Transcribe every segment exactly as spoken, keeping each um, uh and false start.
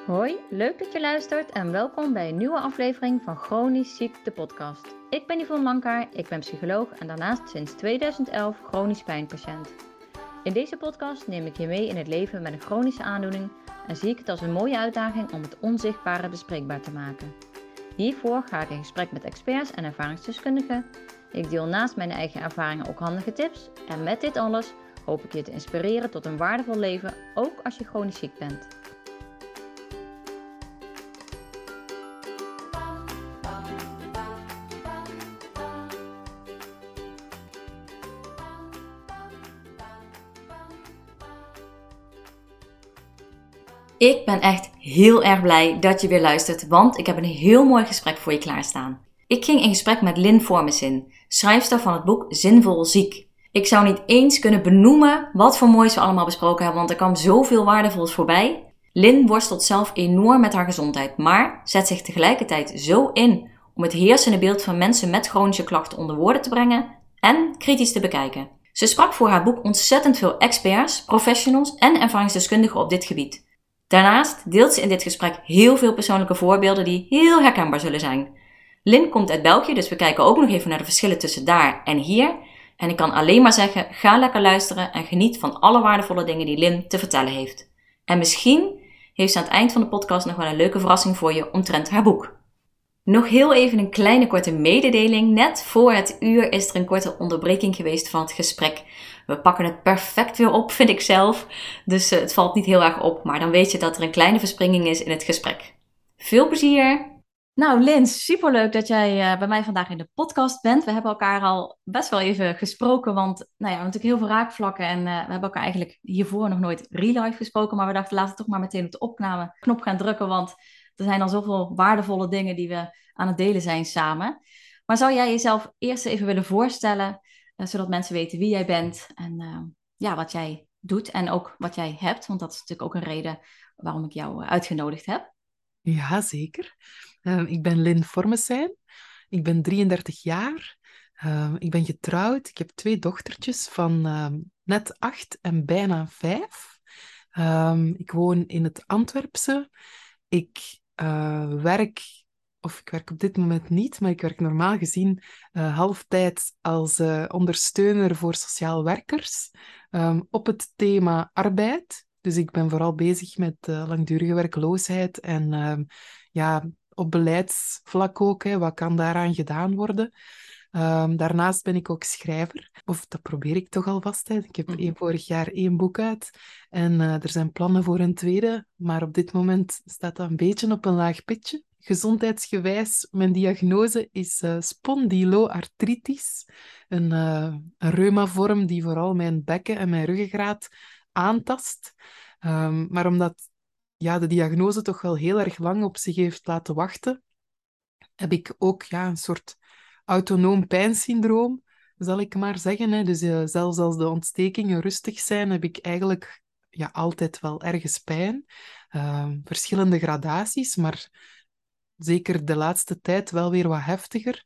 Hoi, leuk dat je luistert en welkom bij een nieuwe aflevering van Chronisch Ziek, de podcast. Ik ben Yvonne Mankaar, ik ben psycholoog en daarnaast sinds tweeduizend elf chronisch pijnpatiënt. In deze podcast neem ik je mee in het leven met een chronische aandoening en zie ik het als een mooie uitdaging om het onzichtbare bespreekbaar te maken. Hiervoor ga ik in gesprek met experts en ervaringsdeskundigen. Ik deel naast mijn eigen ervaringen ook handige tips en met dit alles hoop ik je te inspireren tot een waardevol leven, ook als je chronisch ziek bent. Ik ben echt heel erg blij dat je weer luistert, want ik heb een heel mooi gesprek voor je klaarstaan. Ik ging in gesprek met Lynn Vormezin, schrijfster van het boek Zinvol Ziek. Ik zou niet eens kunnen benoemen wat voor moois we allemaal besproken hebben, want er kwam zoveel waardevols voorbij. Lynn worstelt zelf enorm met haar gezondheid, maar zet zich tegelijkertijd zo in om het heersende beeld van mensen met chronische klachten onder woorden te brengen en kritisch te bekijken. Ze sprak voor haar boek ontzettend veel experts, professionals en ervaringsdeskundigen op dit gebied. Daarnaast deelt ze in dit gesprek heel veel persoonlijke voorbeelden die heel herkenbaar zullen zijn. Lynn komt uit België, dus we kijken ook nog even naar de verschillen tussen daar en hier. En ik kan alleen maar zeggen, ga lekker luisteren en geniet van alle waardevolle dingen die Lynn te vertellen heeft. En misschien heeft ze aan het eind van de podcast nog wel een leuke verrassing voor je omtrent haar boek. Nog heel even een kleine korte mededeling. Net voor het uur is er een korte onderbreking geweest van het gesprek. We pakken het perfect weer op, vind ik zelf. Dus uh, het valt niet heel erg op, maar dan weet je dat er een kleine verspringing is in het gesprek. Veel plezier! Nou Lynn, superleuk dat jij uh, bij mij vandaag in de podcast bent. We hebben elkaar al best wel even gesproken, want nou ja, we hebben natuurlijk heel veel raakvlakken. En uh, we hebben elkaar eigenlijk hiervoor nog nooit real life gesproken. Maar we dachten, laten we toch maar meteen op de opname knop gaan drukken, want er zijn al zoveel waardevolle dingen die we aan het delen zijn samen. Maar zou jij jezelf eerst even willen voorstellen, uh, zodat mensen weten wie jij bent en uh, ja, wat jij doet en ook wat jij hebt? Want dat is natuurlijk ook een reden waarom ik jou uh, uitgenodigd heb. Ja, zeker. Uh, ik ben Lynn Vormezin. Ik ben drieëndertig jaar. Uh, ik ben getrouwd. Ik heb twee dochtertjes van uh, net acht en bijna vijf. Uh, ik woon in het Antwerpse. Ik uh, werk, of ik werk op dit moment niet, maar ik werk normaal gezien uh, halftijds als uh, ondersteuner voor sociaal werkers um, op het thema arbeid. Dus ik ben vooral bezig met uh, langdurige werkloosheid en uh, ja, op beleidsvlak ook, hè, wat kan daaraan gedaan worden. Um, daarnaast ben ik ook schrijver, of dat probeer ik toch alvast. Hè. Ik heb mm. één, vorig jaar één boek uit en uh, er zijn plannen voor een tweede, maar op dit moment staat dat een beetje op een laag pitje. Gezondheidsgewijs, mijn diagnose is uh, spondyloartritis, een, uh, een reumavorm die vooral mijn bekken en mijn ruggengraat aantast. Um, maar omdat ja, de diagnose toch wel heel erg lang op zich heeft laten wachten, heb ik ook ja, een soort autonoom pijnsyndroom, zal ik maar zeggen. Hè. Dus uh, zelfs als de ontstekingen rustig zijn, heb ik eigenlijk ja, altijd wel ergens pijn. Uh, verschillende gradaties, maar zeker de laatste tijd wel weer wat heftiger.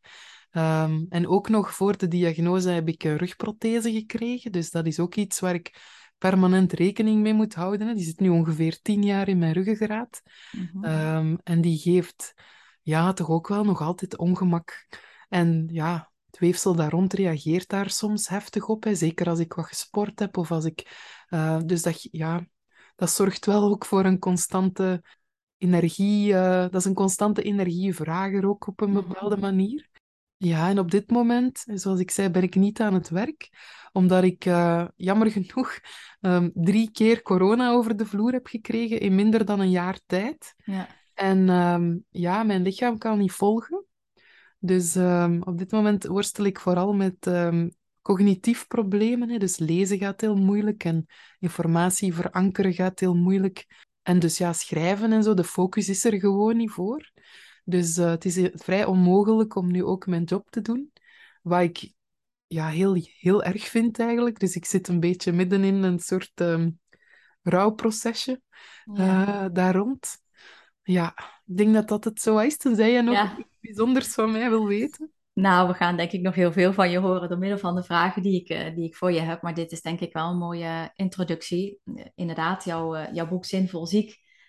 Um, en ook nog voor de diagnose heb ik een rugprothese gekregen. Dus dat is ook iets waar ik permanent rekening mee moet houden. Hè. Die zit nu ongeveer tien jaar in mijn ruggengraat. Mm-hmm. Um, en die geeft ja, toch ook wel nog altijd ongemak. En ja, het weefsel daar rond reageert daar soms heftig op. Hè. Zeker als ik wat gesport heb of als ik... Uh, dus dat, ja, dat zorgt wel ook voor een constante energie... Uh, dat is een constante energievrager ook op een bepaalde manier. Ja, en op dit moment, zoals ik zei, ben ik niet aan het werk, omdat ik uh, jammer genoeg um, drie keer corona over de vloer heb gekregen in minder dan een jaar tijd. Ja. En um, ja, mijn lichaam kan niet volgen. Dus um, op dit moment worstel ik vooral met um, cognitief problemen. Hè. Dus lezen gaat heel moeilijk en informatie verankeren gaat heel moeilijk. En dus ja, schrijven en zo, de focus is er gewoon niet voor. Dus uh, het is vrij onmogelijk om nu ook mijn job te doen. Wat ik ja, heel, heel erg vind eigenlijk. Dus ik zit een beetje midden in een soort um, rouwprocesje ja. uh, daar rond. Ja, ik denk dat dat het zo is, tenzij je nog ja. iets bijzonders van mij wil weten. Nou, we gaan denk ik nog heel veel van je horen door middel van de vragen die ik, uh, die ik voor je heb. Maar dit is denk ik wel een mooie introductie. Uh, inderdaad, jouw, uh, jouw boek Zinvol Ziek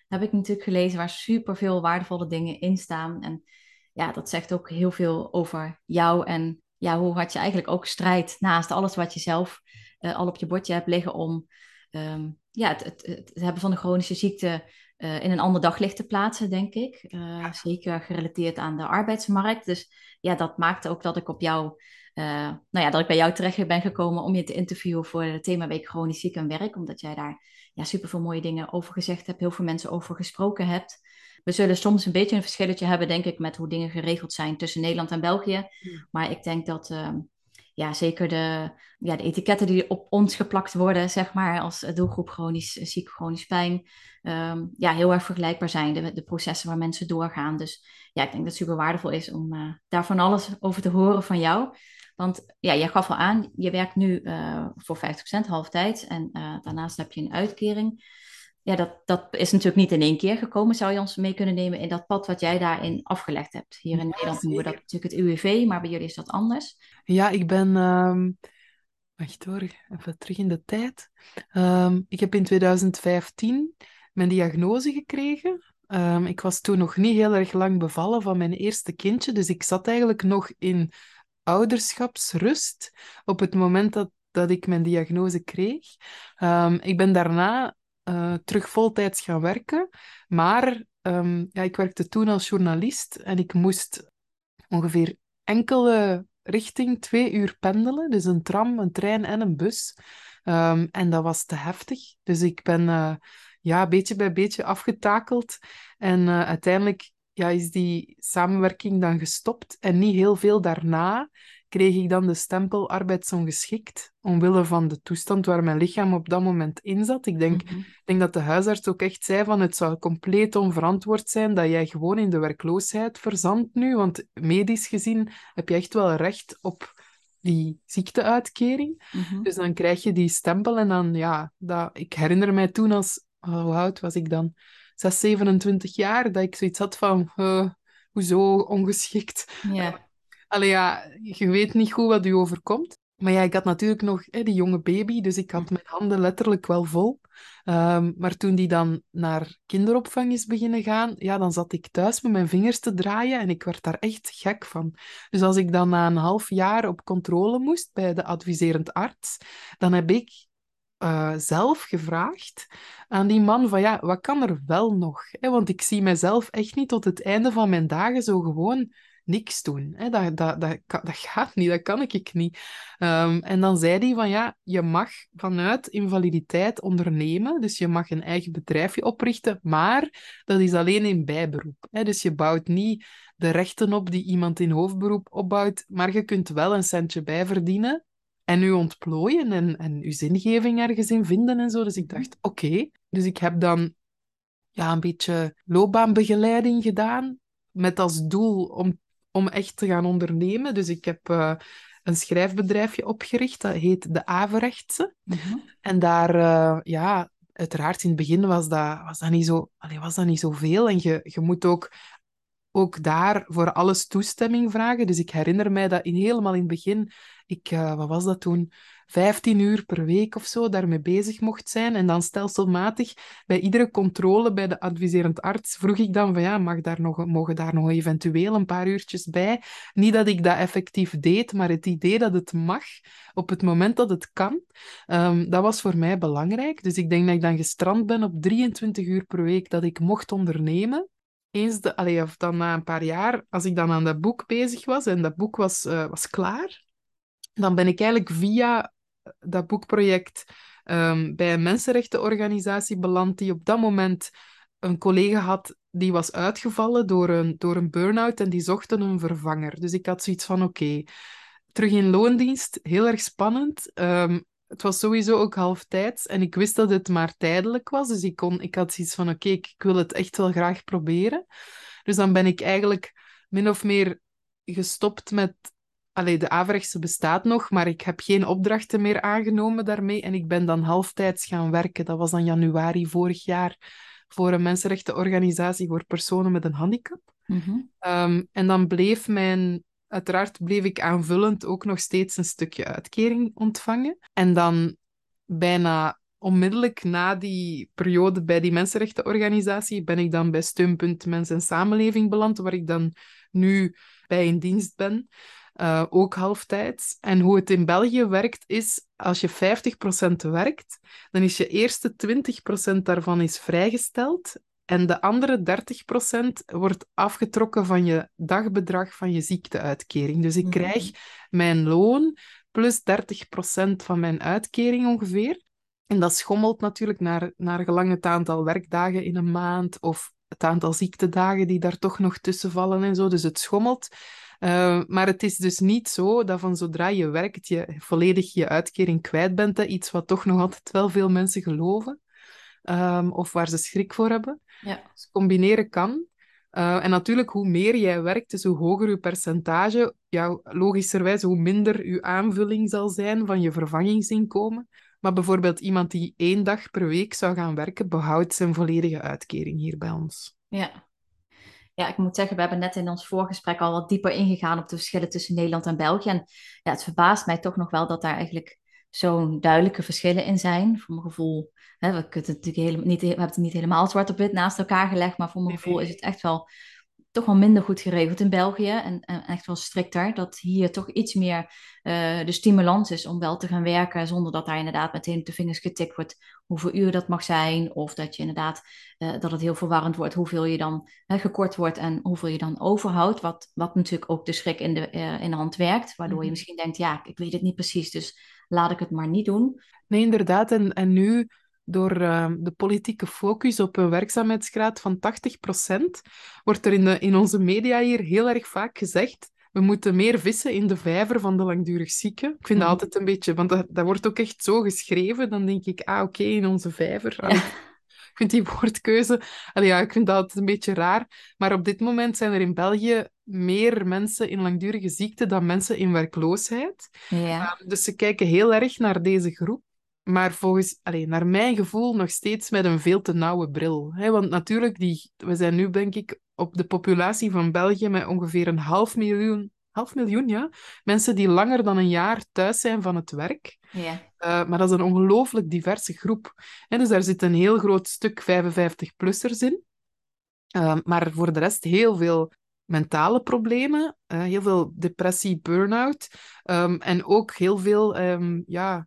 heb ik natuurlijk gelezen waar superveel waardevolle dingen in staan. En ja, dat zegt ook heel veel over jou en ja, hoe hard je eigenlijk ook strijdt naast alles wat je zelf uh, al op je bordje hebt liggen om um, ja, het, het, het hebben van de chronische ziekte uh, in een ander daglicht te plaatsen, denk ik. Uh, zeker gerelateerd aan de arbeidsmarkt. Dus ja, dat maakte ook dat ik op jou, uh, nou ja, dat ik bij jou terecht ben gekomen om je te interviewen voor de themaweek Chronisch ziek en werk, omdat jij daar ja, superveel mooie dingen over gezegd hebt, heel veel mensen over gesproken hebt. We zullen soms een beetje een verschilletje hebben, denk ik, met hoe dingen geregeld zijn tussen Nederland en België. Maar ik denk dat uh, ja, zeker de, ja, de etiketten die op ons geplakt worden, zeg maar, als doelgroep chronisch ziek, chronisch pijn, um, ja, heel erg vergelijkbaar zijn. De, de processen waar mensen doorgaan. Dus ja, ik denk dat het super waardevol is om uh, daar van alles over te horen van jou. Want ja, jij gaf al aan, je werkt nu uh, voor vijftig procent halftijds en uh, daarnaast heb je een uitkering. Ja, dat, dat is natuurlijk niet in één keer gekomen. Zou je ons mee kunnen nemen in dat pad wat jij daarin afgelegd hebt? Hier in ja, Nederland noemen we dat natuurlijk het U W V, maar bij jullie is dat anders. Ja, ik ben... Um... Wacht hoor, even terug in de tijd. Um, ik heb in twintig vijftien mijn diagnose gekregen. Um, ik was toen nog niet heel erg lang bevallen van mijn eerste kindje, dus ik zat eigenlijk nog in ouderschapsrust op het moment dat, dat ik mijn diagnose kreeg. Um, ik ben daarna uh, terug voltijds gaan werken, maar um, ja, ik werkte toen als journalist en ik moest ongeveer enkele richting twee uur pendelen, dus een tram, een trein en een bus. Um, en dat was te heftig. Dus ik ben uh, ja, beetje bij beetje afgetakeld en uh, uiteindelijk ja, is die samenwerking dan gestopt. En niet heel veel daarna kreeg ik dan de stempel arbeidsongeschikt, omwille van de toestand waar mijn lichaam op dat moment in zat. Ik denk, Mm-hmm. ik denk dat de huisarts ook echt zei van het zou compleet onverantwoord zijn dat jij gewoon in de werkloosheid verzandt nu, want medisch gezien heb je echt wel recht op die ziekteuitkering. Mm-hmm. Dus dan krijg je die stempel en dan, ja, dat, ik herinner mij toen als, oh, hoe oud was ik dan? zes, zevenentwintig jaar, dat ik zoiets had van, uh, hoezo ongeschikt? Yeah. Allee, ja, je weet niet goed wat u overkomt. Maar ja, ik had natuurlijk nog hè, die jonge baby, dus ik had mijn handen letterlijk wel vol. Um, maar toen die dan naar kinderopvang is beginnen gaan, ja, dan zat ik thuis met mijn vingers te draaien en ik werd daar echt gek van. Dus als ik dan na een half jaar op controle moest bij de adviserend arts, dan heb ik uh, zelf gevraagd aan die man van ja, wat kan er wel nog? Hè? Want ik zie mezelf echt niet tot het einde van mijn dagen zo gewoon niks doen. Hè? Dat, dat, dat, dat gaat niet, dat kan ik niet. Um, en dan zei hij van ja, je mag vanuit invaliditeit ondernemen, dus je mag een eigen bedrijfje oprichten, maar dat is alleen in bijberoep. Hè? Dus je bouwt niet de rechten op die iemand in hoofdberoep opbouwt, maar je kunt wel een centje bijverdienen en u ontplooien en, en uw zingeving ergens in vinden en zo. Dus ik dacht, oké. Okay. Dus ik heb dan ja, een beetje loopbaanbegeleiding gedaan, met als doel om, om echt te gaan ondernemen. Dus ik heb uh, een schrijfbedrijfje opgericht, dat heet De Averechtse. Mm-hmm. En daar, uh, ja, uiteraard in het begin was dat, was dat, niet, zo, allee, was dat niet zoveel. En je, je moet ook... ook daar voor alles toestemming vragen. Dus ik herinner mij dat in, helemaal in het begin, ik, uh, wat was dat toen, vijftien uur per week of zo daarmee bezig mocht zijn. En dan stelselmatig bij iedere controle bij de adviserend arts vroeg ik dan van ja, mag daar nog, mogen daar nog eventueel een paar uurtjes bij? Niet dat ik dat effectief deed, maar het idee dat het mag op het moment dat het kan, um, dat was voor mij belangrijk. Dus ik denk dat ik dan gestrand ben op drieëntwintig uur per week dat ik mocht ondernemen. Eens de, allee, of dan na een paar jaar, als ik dan aan dat boek bezig was en dat boek was, uh, was klaar, dan ben ik eigenlijk via dat boekproject um, bij een mensenrechtenorganisatie beland die op dat moment een collega had die was uitgevallen door een, door een burn-out en die zochten een vervanger. Dus ik had zoiets van, oké, okay, terug in loondienst, heel erg spannend. Um, Het was sowieso ook halftijds en ik wist dat het maar tijdelijk was. Dus ik, kon, ik had zoiets van, oké, okay, ik, ik wil het echt wel graag proberen. Dus dan ben ik eigenlijk min of meer gestopt met... Allee, de Averechtse bestaat nog, maar ik heb geen opdrachten meer aangenomen daarmee. En ik ben dan halftijds gaan werken. Dat was dan januari vorig jaar voor een mensenrechtenorganisatie voor personen met een handicap. Mm-hmm. Um, en dan bleef mijn... Uiteraard bleef ik aanvullend ook nog steeds een stukje uitkering ontvangen. En dan bijna onmiddellijk na die periode bij die mensenrechtenorganisatie ben ik dan bij Steunpunt Mens en Samenleving beland, waar ik dan nu bij in dienst ben. Uh, ook halftijds. En hoe het in België werkt, is als je vijftig procent werkt, dan is je eerste twintig procent daarvan is vrijgesteld en de andere dertig procent wordt afgetrokken van je dagbedrag van je ziekteuitkering. Dus ik Mhm. krijg mijn loon plus dertig procent van mijn uitkering ongeveer. En dat schommelt natuurlijk naar, naar gelang het aantal werkdagen in een maand of het aantal ziektedagen die daar toch nog tussen vallen en zo. Dus het schommelt. Uh, maar het is dus niet zo dat van zodra je werkt, je volledig je uitkering kwijt bent. Hè? Iets wat toch nog altijd wel veel mensen geloven. Um, of waar ze schrik voor hebben. Ja. Dus combineren kan. Uh, en natuurlijk, hoe meer jij werkt, dus hoe hoger je percentage, ja, logischerwijs, hoe minder je aanvulling zal zijn van je vervangingsinkomen. Maar bijvoorbeeld iemand die één dag per week zou gaan werken, behoudt zijn volledige uitkering hier bij ons. Ja. Ja, ik moet zeggen, we hebben net in ons voorgesprek al wat dieper ingegaan op de verschillen tussen Nederland en België. En ja, het verbaast mij toch nog wel dat daar eigenlijk zo'n duidelijke verschillen in zijn. Voor mijn gevoel, hè, we, kunnen het natuurlijk helemaal niet, we hebben het niet helemaal zwart op wit naast elkaar gelegd, maar voor mijn gevoel is het echt wel toch wel minder goed geregeld in België en, en echt wel strikter. Dat hier toch iets meer uh, de stimulans is om wel te gaan werken zonder dat daar inderdaad meteen op de vingers getikt wordt hoeveel uur dat mag zijn. Of dat je inderdaad, uh, dat het heel verwarrend wordt hoeveel je dan uh, gekort wordt en hoeveel je dan overhoudt. Wat, wat natuurlijk ook de schrik in de, uh, in de hand werkt. Waardoor mm-hmm. je misschien denkt, ja, ik weet het niet precies, dus laat ik het maar niet doen. Nee, inderdaad. En, en nu door uh, de politieke focus op een werkzaamheidsgraad van tachtig procent, wordt er in, de, in onze media hier heel erg vaak gezegd, we moeten meer vissen in de vijver van de langdurig zieken. Ik vind mm-hmm. dat altijd een beetje, want dat, dat wordt ook echt zo geschreven, dan denk ik, ah oké, okay, in onze vijver. Ja. Allee, ik vind die woordkeuze, allee, ja, ik vind dat altijd een beetje raar. Maar op dit moment zijn er in België meer mensen in langdurige ziekte dan mensen in werkloosheid. Ja. Uh, dus ze kijken heel erg naar deze groep. Maar volgens, allez, naar mijn gevoel nog steeds met een veel te nauwe bril. Hè? Want natuurlijk, die, we zijn nu denk ik op de populatie van België met ongeveer een half miljoen, half miljoen ja, mensen die langer dan een jaar thuis zijn van het werk. Ja. Uh, maar dat is een ongelooflijk diverse groep. Hè? Dus daar zit een heel groot stuk vijfenvijftig-plussers in. Uh, maar voor de rest heel veel mentale problemen, uh, heel veel depressie, burn-out. Um, en ook heel veel, um, ja...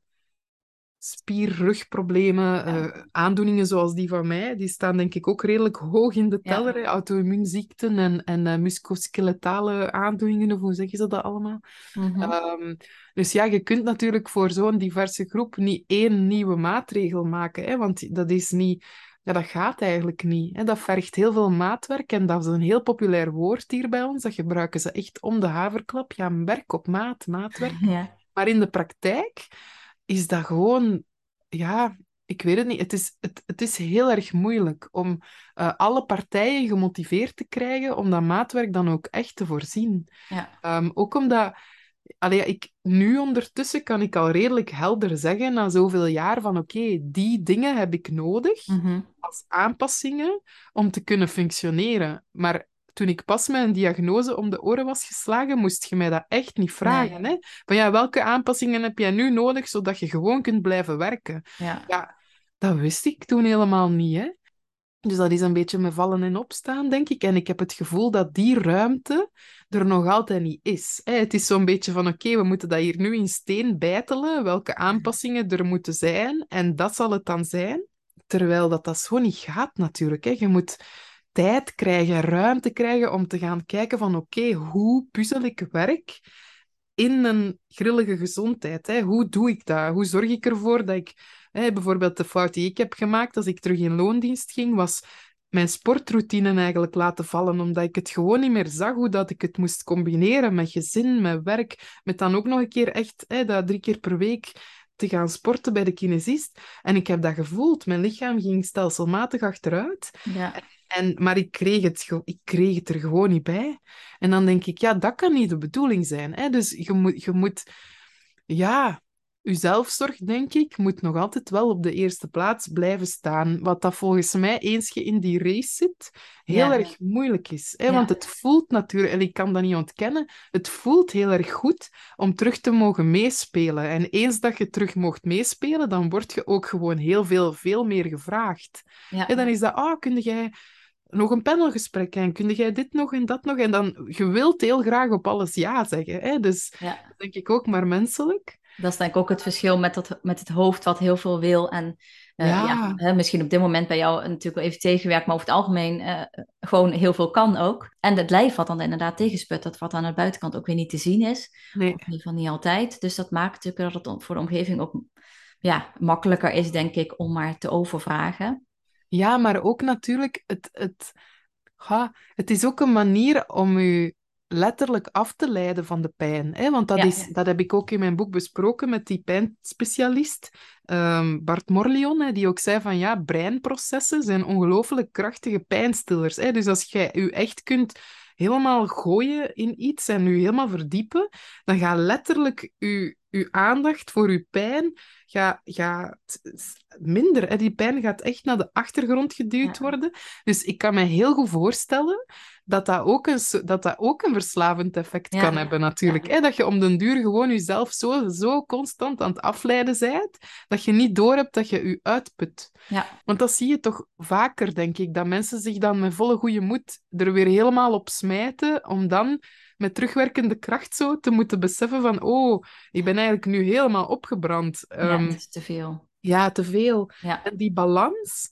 spier-rugproblemen, ja. uh, aandoeningen zoals die van mij, die staan denk ik ook redelijk hoog in de teller. Ja. Auto-immuunziekten en, en uh, musculoskeletale aandoeningen, of hoe zeggen ze dat allemaal? Mm-hmm. Um, dus ja, je kunt natuurlijk voor zo'n diverse groep niet één nieuwe maatregel maken, hè, want dat is niet... Ja, dat gaat eigenlijk niet. Hè. Dat vergt heel veel maatwerk en dat is een heel populair woord hier bij ons. Dat gebruiken ze echt om de haverklap. Ja, werk op maat, maatwerk. Ja. Maar in de praktijk is dat gewoon... Ja, ik weet het niet. Het is, het, het is heel erg moeilijk om uh, alle partijen gemotiveerd te krijgen om dat maatwerk dan ook echt te voorzien. Ja. Um, ook omdat... Allee, ik, nu ondertussen kan ik al redelijk helder zeggen, na zoveel jaar, van oké, okay, die dingen heb ik nodig Mm-hmm. als aanpassingen om te kunnen functioneren. Maar toen ik pas met een diagnose om de oren was geslagen, moest je mij dat echt niet vragen. Nee. Hè? Van ja, welke aanpassingen heb jij nu nodig, zodat je gewoon kunt blijven werken? Ja. Ja, dat wist ik toen helemaal niet, hè. Dus dat is een beetje met vallen en opstaan, denk ik. En ik heb het gevoel dat die ruimte er nog altijd niet is. Het is zo'n beetje van, oké, okay, we moeten dat hier nu in steen bijtelen, welke aanpassingen er moeten zijn, en dat zal het dan zijn. Terwijl dat, dat zo niet gaat, natuurlijk. Je moet tijd krijgen, ruimte krijgen om te gaan kijken van, oké, okay, hoe puzzel ik werk in een grillige gezondheid? Hè? Hoe doe ik dat? Hoe zorg ik ervoor dat ik... Hè, bijvoorbeeld de fout die ik heb gemaakt als ik terug in loondienst ging, was mijn sportroutine eigenlijk laten vallen, omdat ik het gewoon niet meer zag hoe dat ik het moest combineren met gezin, met werk, met dan ook nog een keer echt hè, dat drie keer per week te gaan sporten bij de kinesist. En ik heb dat gevoeld. Mijn lichaam ging stelselmatig achteruit. Ja. En, maar ik kreeg, het, ik kreeg het er gewoon niet bij. En dan denk ik, ja, dat kan niet de bedoeling zijn. Hè? Dus je moet... Je moet ja... uw zelfzorg, denk ik, moet nog altijd wel op de eerste plaats blijven staan. Wat dat volgens mij, eens je in die race zit, heel Ja, erg moeilijk is. Hè? Want ja, het voelt natuurlijk, en ik kan dat niet ontkennen, het voelt heel erg goed om terug te mogen meespelen. En eens dat je terug mocht meespelen, dan word je ook gewoon heel veel, veel meer gevraagd. Hè, dan ja, is dat, ah, kun jij nog een panelgesprek en kun jij dit nog en dat nog? En dan, je wilt heel graag op alles ja zeggen. Hè? Dus ja. dat denk ik ook maar menselijk. Dat is denk ik ook het verschil met, dat, met het hoofd wat heel veel wil. En eh, ja, Ja, hè, misschien op dit moment bij jou natuurlijk wel even tegenwerkt, maar over het algemeen eh, gewoon heel veel kan ook. En het lijf wat dan inderdaad tegensputtert, wat aan de buitenkant ook weer niet te zien is. nee. Of in ieder geval niet altijd. Dus dat maakt natuurlijk dat het voor de omgeving ook ja, makkelijker is, denk ik, om maar te overvragen. Ja, maar ook natuurlijk, het, het, ha, het is ook een manier om u letterlijk af te leiden van de pijn. Hè? Want dat, Ja, is, dat heb ik ook in mijn boek besproken met die pijnspecialist, ehm, Bart Morlion, hè, die ook zei van ja, breinprocessen zijn ongelooflijk krachtige pijnstillers. Hè? Dus als jij u echt kunt helemaal gooien in iets en u helemaal verdiepen, dan gaat letterlijk uw, uw aandacht voor uw pijn gaat, gaat minder. Hè? Die pijn gaat echt naar de achtergrond geduwd ja, worden. Dus ik kan me heel goed voorstellen dat dat ook een, so- dat dat ook een verslavend effect kan ja, hebben, ja, natuurlijk. Hè? Dat je om den duur gewoon jezelf zo, zo constant aan het afleiden bent, dat je niet doorhebt dat je je uitput. ja, Want dat zie je toch vaker, denk ik, dat mensen zich dan met volle goede moed er weer helemaal op smijten, om dan met terugwerkende kracht zo te moeten beseffen van oh, ik ben eigenlijk nu helemaal opgebrand. ja, Ehm, het is te veel. ja, te veel. Ja, En die balans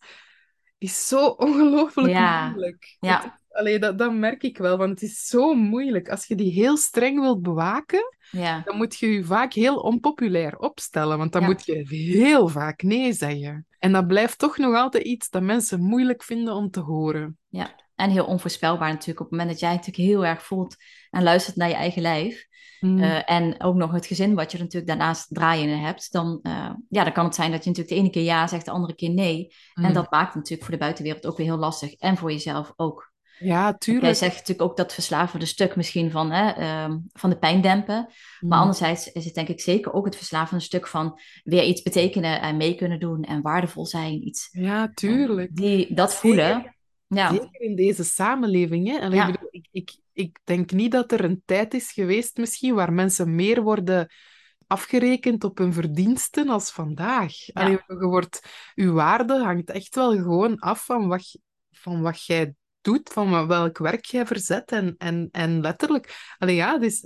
is zo ongelooflijk ja, moeilijk. Het is, ja, allee, dat, dat merk ik wel, want het is zo moeilijk. Als je die heel streng wilt bewaken, ja, dan moet je je vaak heel onpopulair opstellen, want dan ja. moet je heel vaak nee zeggen. En dat blijft toch nog altijd iets dat mensen moeilijk vinden om te horen. Ja, en heel onvoorspelbaar natuurlijk. Op het moment dat jij natuurlijk heel erg voelt en luistert naar je eigen lijf. Mm, eh, en ook nog het gezin wat je er natuurlijk daarnaast draaiende hebt. Dan, eh, ja, dan kan het zijn dat je natuurlijk de ene keer ja zegt, de andere keer nee. En mm. dat maakt het natuurlijk voor de buitenwereld ook weer heel lastig. En voor jezelf ook. Ja, Want jij tuurlijk. zegt natuurlijk ook dat verslavende stuk misschien van, hè, ehm, van de pijn dempen. Maar Mm. anderzijds is het denk ik zeker ook het verslavende stuk van weer iets betekenen en mee kunnen doen en waardevol zijn. Iets, Ja, eh, tuurlijk. die, dat Zeker. voelen. Ja, Zeker in deze samenleving. Hè? Allee, ik ja, bedoel, ik, ik, ik denk niet dat er een tijd is geweest misschien waar mensen meer worden afgerekend op hun verdiensten als vandaag. Allee, ja. je wordt, uw waarde hangt echt wel gewoon af van wat, van wat jij doet, van welk werk jij verzet. En, en, en letterlijk, allee, ja, dus,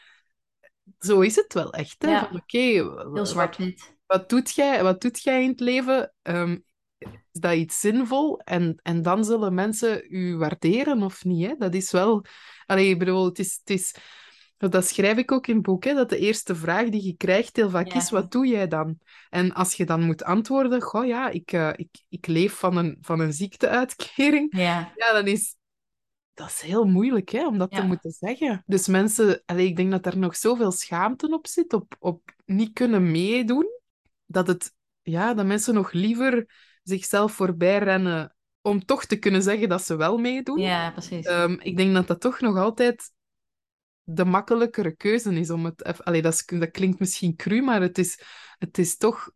zo is het wel echt. Hè? Van Ja, oké, heel wat, zwart-wit. wat doet jij, wat doet jij in het leven? Ehm, is dat iets zinvol? En, en dan zullen mensen u waarderen of niet. Hè? Dat is wel... Allee, ik bedoel, het is, het is... Dat schrijf ik ook in het boek, hè, dat de eerste vraag die je krijgt heel vaak is, Ja, wat doe jij dan? En als je dan moet antwoorden, goh ja, ik, eh, ik, ik leef van een, van een ziekteuitkering, ja, ja, dan is... Dat is heel moeilijk, hè, om dat te ja, moeten zeggen. Dus mensen... Allee, ik denk dat er nog zoveel schaamte op zit, op, op niet kunnen meedoen, dat het... Ja, dat mensen nog liever zichzelf voorbij rennen om toch te kunnen zeggen dat ze wel meedoen. ja, precies. Ehm, ik denk dat dat toch nog altijd de makkelijkere keuze is om het... eff- Allee, dat, is- dat klinkt misschien cru, maar het is, het is toch...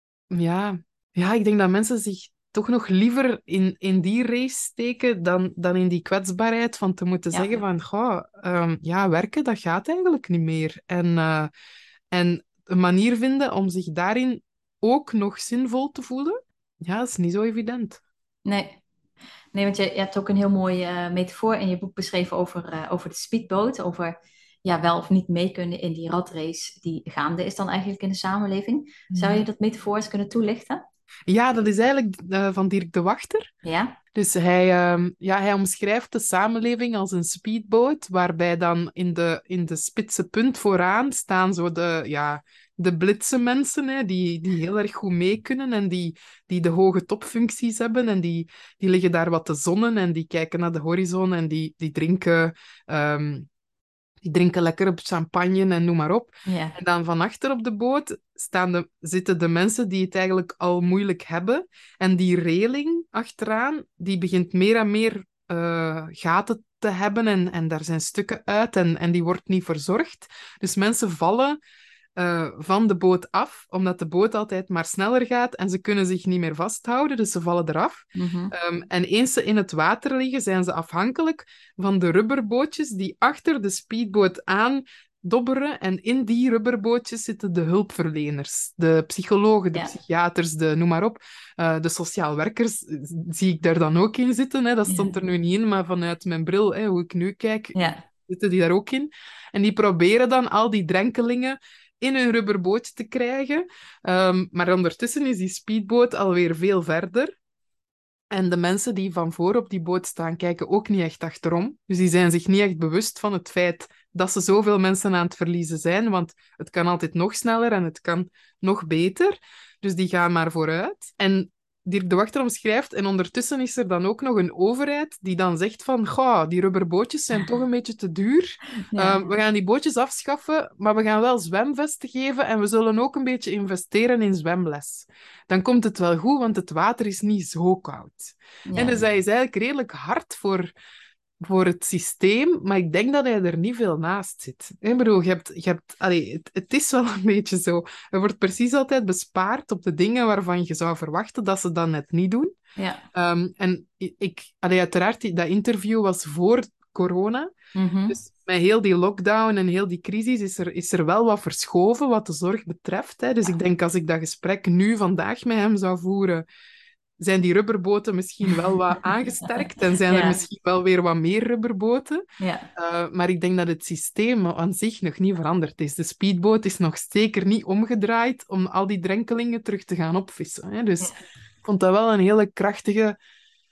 Ja, ja, ik denk dat mensen zich toch nog liever in, in die race steken dan, dan in die kwetsbaarheid van te moeten Ja, zeggen van, goh, ehm, ja, werken, dat gaat eigenlijk niet meer. En, eh, en een manier vinden om zich daarin ook nog zinvol te voelen, ja, dat is niet zo evident. nee. Nee, want je, je hebt ook een heel mooie eh, metafoor in je boek beschreven over, eh, over de speedboot. Over ja, wel of niet mee kunnen in die ratrace die gaande is dan eigenlijk in de samenleving. Zou je dat metafoor eens kunnen toelichten? Ja, dat is eigenlijk eh, van Dirk de Wachter. Ja, Dus hij, ehm, ja, hij omschrijft de samenleving als een speedboot, waarbij dan in de, in de spitse punt vooraan staan zo de, ja, de blitse mensen, hè, die, die heel erg goed mee kunnen en die, die de hoge topfuncties hebben en die, die liggen daar wat te zonnen en die kijken naar de horizon en die, die drinken... ehm, die drinken lekker op champagne en noem maar op. ja, En dan van achter op de boot staan de, zitten de mensen die het eigenlijk al moeilijk hebben. En die reling achteraan, die begint meer en meer eh, gaten te hebben. En, en daar zijn stukken uit en, en die wordt niet verzorgd. Dus mensen vallen uh, van de boot af, omdat de boot altijd maar sneller gaat en ze kunnen zich niet meer vasthouden, dus ze vallen eraf. Mhm. Um, en eens ze in het water liggen, zijn ze afhankelijk van de rubberbootjes die achter de speedboot aan dobberen. En in die rubberbootjes zitten de hulpverleners, de psychologen, de Ja. psychiaters, de, noem maar op. Uh, de sociaal werkers zie ik daar dan ook in zitten. Hè. Dat stond Ja. er nu niet in, maar vanuit mijn bril, hè, hoe ik nu kijk, Ja. zitten die daar ook in. En die proberen dan al die drenkelingen in hun rubberbootje te krijgen. Um, maar ondertussen is die speedboot alweer veel verder. En de mensen die van voor op die boot staan, kijken ook niet echt achterom. Dus die zijn zich niet echt bewust van het feit dat ze zoveel mensen aan het verliezen zijn. Want het kan altijd nog sneller en het kan nog beter. Dus die gaan maar vooruit. En Dirk de Wachter omschrijft, en ondertussen is er dan ook nog een overheid die dan zegt van, goh, die rubberbootjes zijn toch een beetje te duur. Ja. Uh, we gaan die bootjes afschaffen, maar we gaan wel zwemvesten geven en we zullen ook een beetje investeren in zwemles. Dan komt het wel goed, want het water is niet zo koud. Ja. En dus hij is eigenlijk redelijk hard voor, voor het systeem, maar ik denk dat hij er niet veel naast zit. Ik bedoel, je hebt, je hebt, allee, het, het is wel een beetje zo. Er wordt precies altijd bespaard op de dingen waarvan je zou verwachten dat ze dat net niet doen. Ja. Um, en ik, allee, uiteraard, dat interview was voor corona. Mm-hmm. Dus met heel die lockdown en heel die crisis is er, is er wel wat verschoven wat de zorg betreft. Hè. Dus ik denk, als ik dat gesprek nu vandaag met hem zou voeren, zijn die rubberboten misschien wel wat aangesterkt en zijn Ja. er misschien wel weer wat meer rubberboten. Ja. Uh, maar ik denk dat het systeem aan zich nog niet veranderd is. De speedboot is nog zeker niet omgedraaid om al die drenkelingen terug te gaan opvissen. Hè. Dus Ja. ik vond dat wel een hele krachtige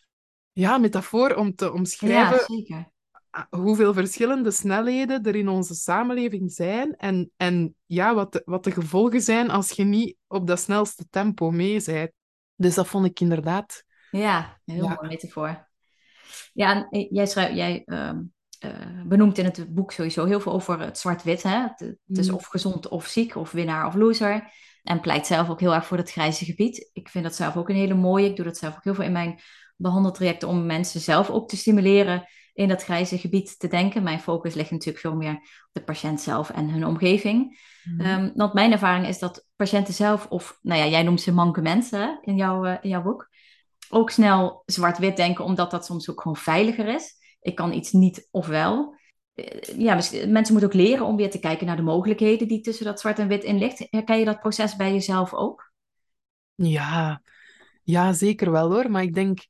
ja, metafoor om te omschrijven Ja, zeker. hoeveel verschillende snelheden er in onze samenleving zijn en, en ja, wat, de, wat de gevolgen zijn als je niet op dat snelste tempo mee bent. Dus dat vond ik inderdaad... Ja, een heel Ja. mooi metafoor. Ja, en jij, schrijft, jij uh, uh, benoemt in het boek sowieso heel veel over het zwart-wit. Hè? Het, het is Mm. of gezond of ziek, of winnaar of loser. En pleit zelf ook heel erg voor dat grijze gebied. Ik vind dat zelf ook een hele mooie. Ik doe dat zelf ook heel veel in mijn behandeltrajecten om mensen zelf ook te stimuleren in dat grijze gebied te denken. Mijn focus ligt natuurlijk veel meer op de patiënt zelf en hun omgeving. Mm. Um, want mijn ervaring is dat patiënten zelf, of nou ja, jij noemt ze mankementen in, jouw, uh, in jouw boek, ook snel zwart-wit denken, omdat dat soms ook gewoon veiliger is. Ik kan iets niet of wel. Ja, mensen moeten ook leren om weer te kijken naar de mogelijkheden die tussen dat zwart en wit in ligt. Herken je dat proces bij jezelf ook? Ja, ja, zeker wel hoor. Maar ik denk,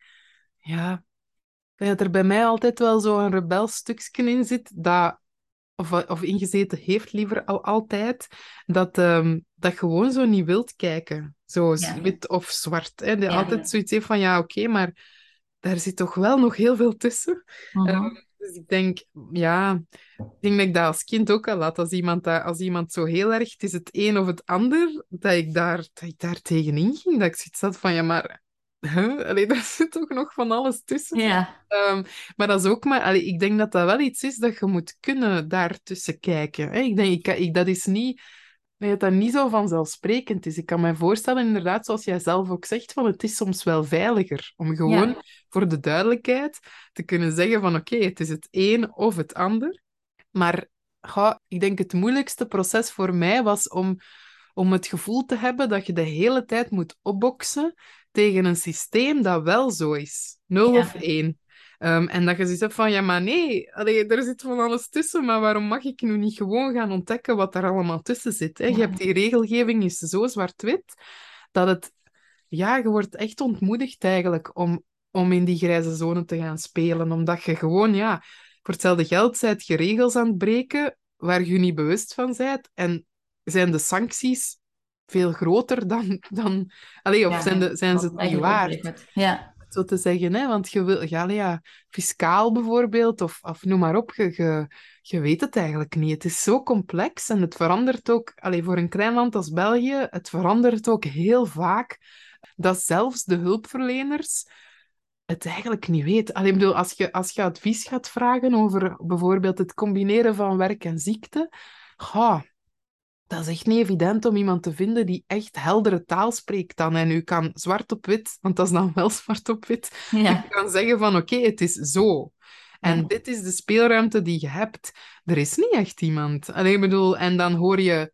ja, dat er bij mij altijd wel zo'n rebels stukje in zit, dat, of, of ingezeten heeft liever al altijd, dat, um, dat gewoon zo niet wilt kijken. Zo Ja. wit of zwart. Hè. Die Ja, altijd ja. zoiets heeft van, ja, oké, okay, maar daar zit toch wel nog heel veel tussen. Uh-huh. Um, dus ik denk, ja, ik denk dat ik dat als kind ook al had. Als iemand, dat, als iemand zo heel erg, het is het een of het ander, dat ik daar, dat ik daar tegenin ging. Dat ik zoiets had van, ja, maar... Huh? Allee, daar zit toch nog van alles tussen. Ja. Um, maar dat is ook maar... Allee, ik denk dat dat wel iets is dat je moet kunnen daartussen kijken. Hè? Ik denk, ik, ik, dat is niet... Dat dat niet zo vanzelfsprekend is. Ik kan me voorstellen, inderdaad, zoals jij zelf ook zegt, van het is soms wel veiliger om gewoon Ja. voor de duidelijkheid te kunnen zeggen van oké, okay, het is het een of het ander. Maar ga, ik denk het moeilijkste proces voor mij was om, om het gevoel te hebben dat je de hele tijd moet opboksen tegen een systeem dat wel zo is. Nul Ja. of één. Um, en dat je zoiets hebt van, ja, maar nee, allee, er zit van alles tussen, maar waarom mag ik nu niet gewoon gaan ontdekken wat er allemaal tussen zit? Hè? Ja. Je hebt die regelgeving is zo zwart-wit, dat het, ja, je wordt echt ontmoedigd eigenlijk om, om in die grijze zone te gaan spelen, omdat je gewoon, ja, voor hetzelfde geld zijt je regels aan het breken waar je je niet bewust van bent, en zijn de sancties veel groter dan... dan allee, of Ja, zijn, de, zijn ze het niet waard? Ja. Zo te zeggen, hè? Want je wil, ja, ja, fiscaal bijvoorbeeld, of, of noem maar op, je, je, je weet het eigenlijk niet. Het is zo complex en het verandert ook, allee, voor een klein land als België, het verandert ook heel vaak dat zelfs de hulpverleners het eigenlijk niet weten. Allee, ik bedoel, als je, als je advies gaat vragen over bijvoorbeeld het combineren van werk en ziekte, ga. Dat is echt niet evident om iemand te vinden die echt heldere taal spreekt dan. En u kan zwart op wit, want dat is dan wel zwart op wit, Ja. u kan zeggen van oké, okay, het is zo. En Ja. dit is de speelruimte die je hebt. Er is niet echt iemand. Allee, ik bedoel, en dan hoor je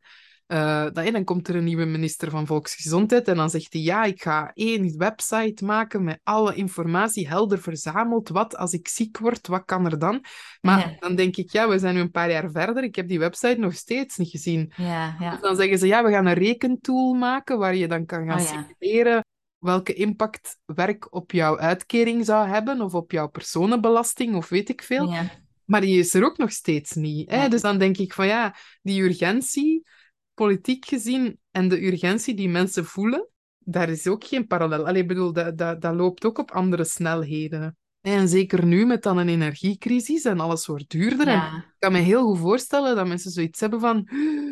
Uh, dat, dan komt er een nieuwe minister van Volksgezondheid en dan zegt hij, ja, ik ga één website maken met alle informatie helder verzameld. Wat als ik ziek word, wat kan er dan? Maar Ja, dan denk ik, ja, we zijn nu een paar jaar verder. Ik heb die website nog steeds niet gezien. ja, Of ja. dan zeggen ze, ja, we gaan een rekentool maken waar je dan kan gaan Oh ja. simuleren welke impact werk op jouw uitkering zou hebben of op jouw personenbelasting of weet ik veel. Ja, Maar die is er ook nog steeds niet. Hè? Dus nee. dan denk ik van ja, die urgentie, politiek gezien, en de urgentie die mensen voelen, daar is ook geen parallel. Allee, ik bedoel, dat, dat, dat loopt ook op andere snelheden. En zeker nu met dan een energiecrisis en alles wordt duurder. En Ja. ik kan me heel goed voorstellen dat mensen zoiets hebben van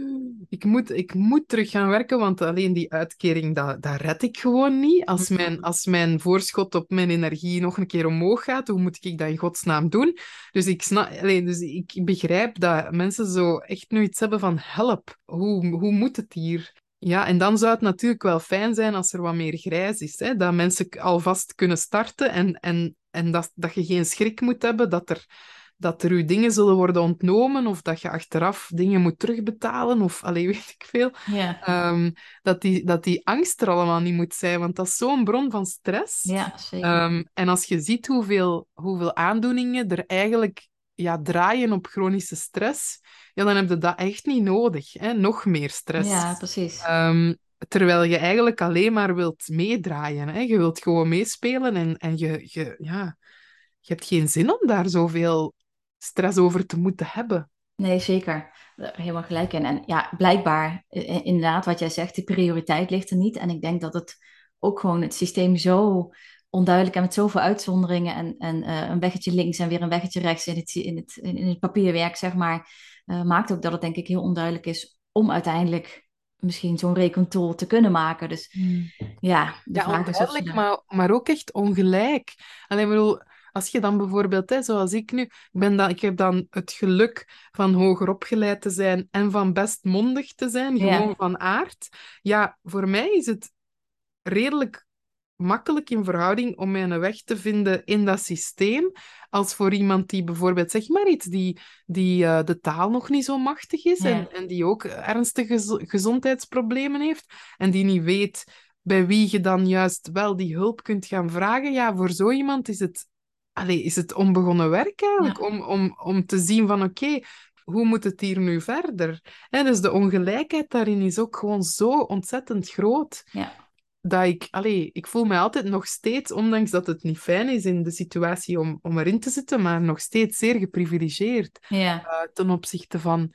ik moet, ik moet terug gaan werken, want alleen die uitkering, dat, dat red ik gewoon niet. Als mijn, Mhm. als mijn voorschot op mijn energie nog een keer omhoog gaat, hoe moet ik dat in godsnaam doen? Dus ik, snap, allee, dus ik begrijp dat mensen zo echt nu iets hebben van help, hoe, hoe moet het hier? Ja, en dan zou het natuurlijk wel fijn zijn als er wat meer grijs is, hè? Dat mensen alvast kunnen starten en, en, en dat, dat je geen schrik moet hebben dat er dat er je dingen zullen worden ontnomen of dat je achteraf dingen moet terugbetalen of allee, weet ik veel. Ja, Ehm, dat, die, dat die angst er allemaal niet moet zijn, want dat is zo'n bron van stress. ja, zeker. Ehm, en als je ziet hoeveel, hoeveel aandoeningen er eigenlijk ja, draaien op chronische stress, ja, dan heb je dat echt niet nodig. Hè? Nog meer stress. Ja, precies. Ehm, terwijl je eigenlijk alleen maar wilt meedraaien. Hè? Je wilt gewoon meespelen en, en je, je, ja, je hebt geen zin om daar zoveel stress over te moeten hebben. Nee, zeker. Daar helemaal gelijk in. En ja, blijkbaar, i- inderdaad, wat jij zegt, de prioriteit ligt er niet. En ik denk dat het ook gewoon het systeem zo onduidelijk en met zoveel uitzonderingen en, en eh, een weggetje links en weer een weggetje rechts in het, in het, in het papierwerk, zeg maar, eh, maakt ook dat het denk ik heel onduidelijk is om uiteindelijk misschien zo'n rekentool te kunnen maken. Dus Hmm. ja, de Ja, vraag is of ze onduidelijk, daar... maar, maar ook echt ongelijk. Alleen, ik bedoel, als je dan bijvoorbeeld, hè, zoals ik nu, ik, ben dan, ik heb dan het geluk van hoger opgeleid te zijn en van best mondig te zijn, gewoon Ja, van aard. Ja, voor mij is het redelijk makkelijk in verhouding om mijn weg te vinden in dat systeem, als voor iemand die bijvoorbeeld, zeg maar iets, die, die eh, de taal nog niet zo machtig is ja, en, en die ook ernstige gezo- gezondheidsproblemen heeft en die niet weet bij wie je dan juist wel die hulp kunt gaan vragen. Ja, voor zo iemand is het, allee, is het onbegonnen werk eigenlijk, ja, om, om, om te zien van oké, hoe moet het hier nu verder? Hè, dus de ongelijkheid daarin is ook gewoon zo ontzettend groot ja, dat ik, allee, ik voel me altijd nog steeds, ondanks dat het niet fijn is in de situatie om, om erin te zitten, maar nog steeds zeer geprivilegeerd ja, eh, ten opzichte van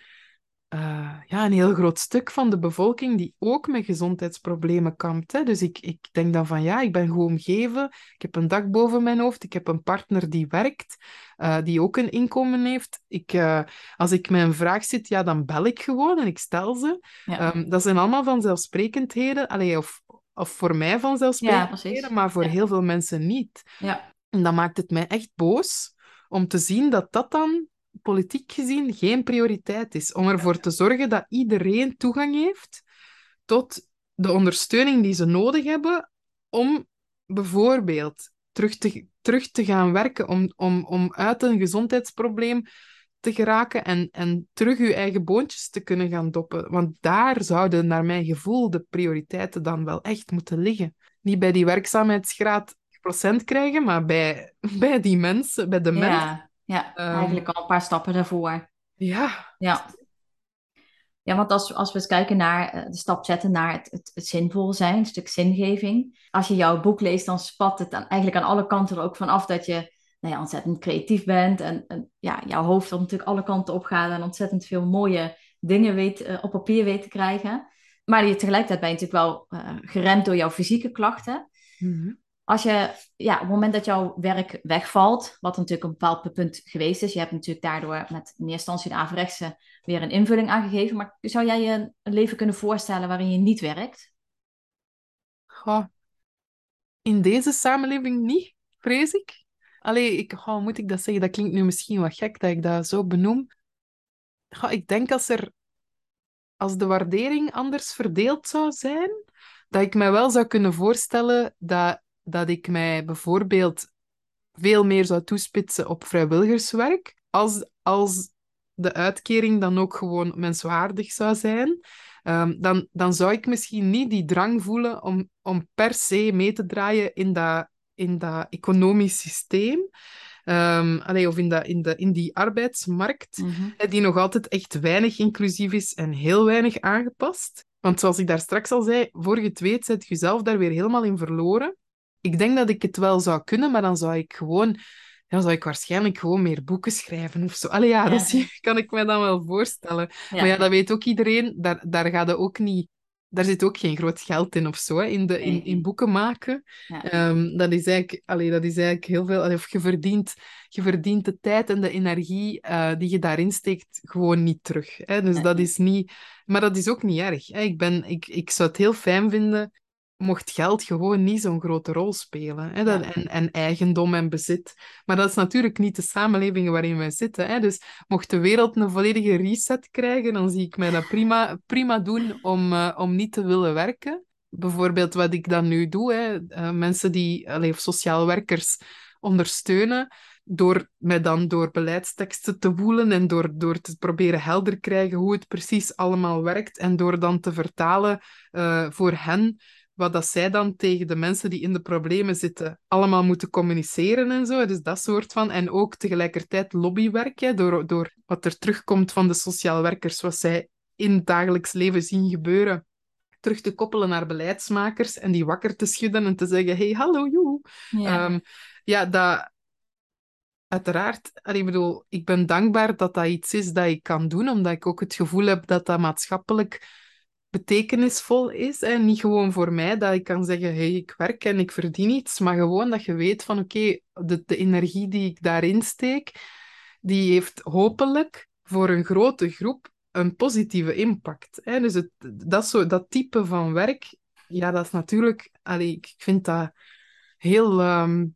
eh, ja, een heel groot stuk van de bevolking die ook met gezondheidsproblemen kampt. Hè. Dus ik, ik denk dan van ja, ik ben goed omgeven, ik heb een dak boven mijn hoofd, ik heb een partner die werkt, eh, die ook een inkomen heeft. Ik, eh, als ik met een vraag zit, ja, dan bel ik gewoon en ik stel ze. ja, Ehm, dat zijn allemaal vanzelfsprekendheden, allee, of, of voor mij ja, vanzelfsprekendheden, precies. maar voor Ja, heel veel mensen niet. ja, En dat maakt het mij echt boos om te zien dat dat dan politiek gezien geen prioriteit is. Om ervoor te zorgen dat iedereen toegang heeft tot de ondersteuning die ze nodig hebben om bijvoorbeeld terug te, terug te gaan werken, om, om, om uit een gezondheidsprobleem te geraken en, en terug je eigen boontjes te kunnen gaan doppen. Want daar zouden, naar mijn gevoel, de prioriteiten dan wel echt moeten liggen. Niet bij die werkzaamheidsgraad procent krijgen, maar bij, bij die mensen, bij de mens. ja, ja, Ehm, eigenlijk al een paar stappen daarvoor. ja, Ja, ja, want als, als we eens kijken naar eh, de stap zetten naar het, het, het zinvol zijn, een stuk zingeving. Als je jouw boek leest, dan spat het aan, eigenlijk aan alle kanten er ook van af dat je nou ja, ontzettend creatief bent. En, en ja, jouw hoofd dan natuurlijk alle kanten op gaat en ontzettend veel mooie dingen weet, eh, op papier weet te krijgen. Maar je, tegelijkertijd ben je natuurlijk wel eh, geremd door jouw fysieke klachten. mhm. Als je, ja, op het moment dat jouw werk wegvalt, wat natuurlijk een bepaald punt geweest is, je hebt natuurlijk daardoor met in eerste instantie de averechtse weer een invulling aangegeven, maar zou jij je een leven kunnen voorstellen waarin je niet werkt? Goh, in deze samenleving niet, vrees ik. Allee, ik, goh, hoe moet ik dat zeggen? Dat klinkt nu misschien wat gek dat ik dat zo benoem. Goh, ik denk als er, als de waardering anders verdeeld zou zijn, dat ik mij wel zou kunnen voorstellen dat, dat ik mij bijvoorbeeld veel meer zou toespitsen op vrijwilligerswerk, als, als de uitkering dan ook gewoon menswaardig zou zijn. um, dan, dan zou ik misschien niet die drang voelen om, om per se mee te draaien in dat, in dat economisch systeem. Um, allee, of in, dat, in, de, in die arbeidsmarkt, Mhm. hè, die nog altijd echt weinig inclusief is en heel weinig aangepast. Want zoals ik daar straks al zei, voor je het weet, zet je jezelf daar weer helemaal in verloren. Ik denk dat ik het wel zou kunnen, maar dan zou ik gewoon... Dan zou ik waarschijnlijk gewoon meer boeken schrijven of zo. Allee, ja, dat Ja, zie- kan ik me dan wel voorstellen. Maar ja, ja, dat weet ook iedereen. Daar, daar gaat het ook niet... Daar zit ook geen groot geld in of zo, hè, in, de, in, in nee. boeken maken. Ja, Ehm, dat is eigenlijk, allee, dat is eigenlijk heel veel... Allee, of je verdient, je verdient de tijd en de energie eh, die je daarin steekt gewoon niet terug. Hè. Dus dat nee. is niet... Maar dat is ook niet erg. Hè. Ik, ben, ik, ik zou het heel fijn vinden mocht geld gewoon niet zo'n grote rol spelen. Hè? Dat, Ja, en, en eigendom en bezit. Maar dat is natuurlijk niet de samenleving waarin wij zitten. Hè? Dus mocht de wereld een volledige reset krijgen, dan zie ik mij dat prima, prima doen om, uh, om niet te willen werken. Bijvoorbeeld wat ik dan nu doe, hè? Uh, mensen die, allee, of sociaal werkers ondersteunen, door mij dan door beleidsteksten te woelen en door, door te proberen helder krijgen hoe het precies allemaal werkt en door dan te vertalen uh, voor hen wat dat zij dan tegen de mensen die in de problemen zitten allemaal moeten communiceren en zo. Dus dat soort van. En ook tegelijkertijd lobbywerk, hè, door, door wat er terugkomt van de sociaal werkers, wat zij in het dagelijks leven zien gebeuren, terug te koppelen naar beleidsmakers en die wakker te schudden en te zeggen, hey, hallo, joe. ja. Um, ja, dat... Uiteraard, allee, ik bedoel, ik ben dankbaar dat dat iets is dat ik kan doen, omdat ik ook het gevoel heb dat dat maatschappelijk betekenisvol is. En niet gewoon voor mij, dat ik kan zeggen, hey, ik werk en ik verdien iets, maar gewoon dat je weet van, oké, okay, de, de energie die ik daarin steek, die heeft hopelijk voor een grote groep een positieve impact. Hè? Dus het, dat, zo, dat type van werk, ja, dat is natuurlijk... Allee, ik vind dat heel um,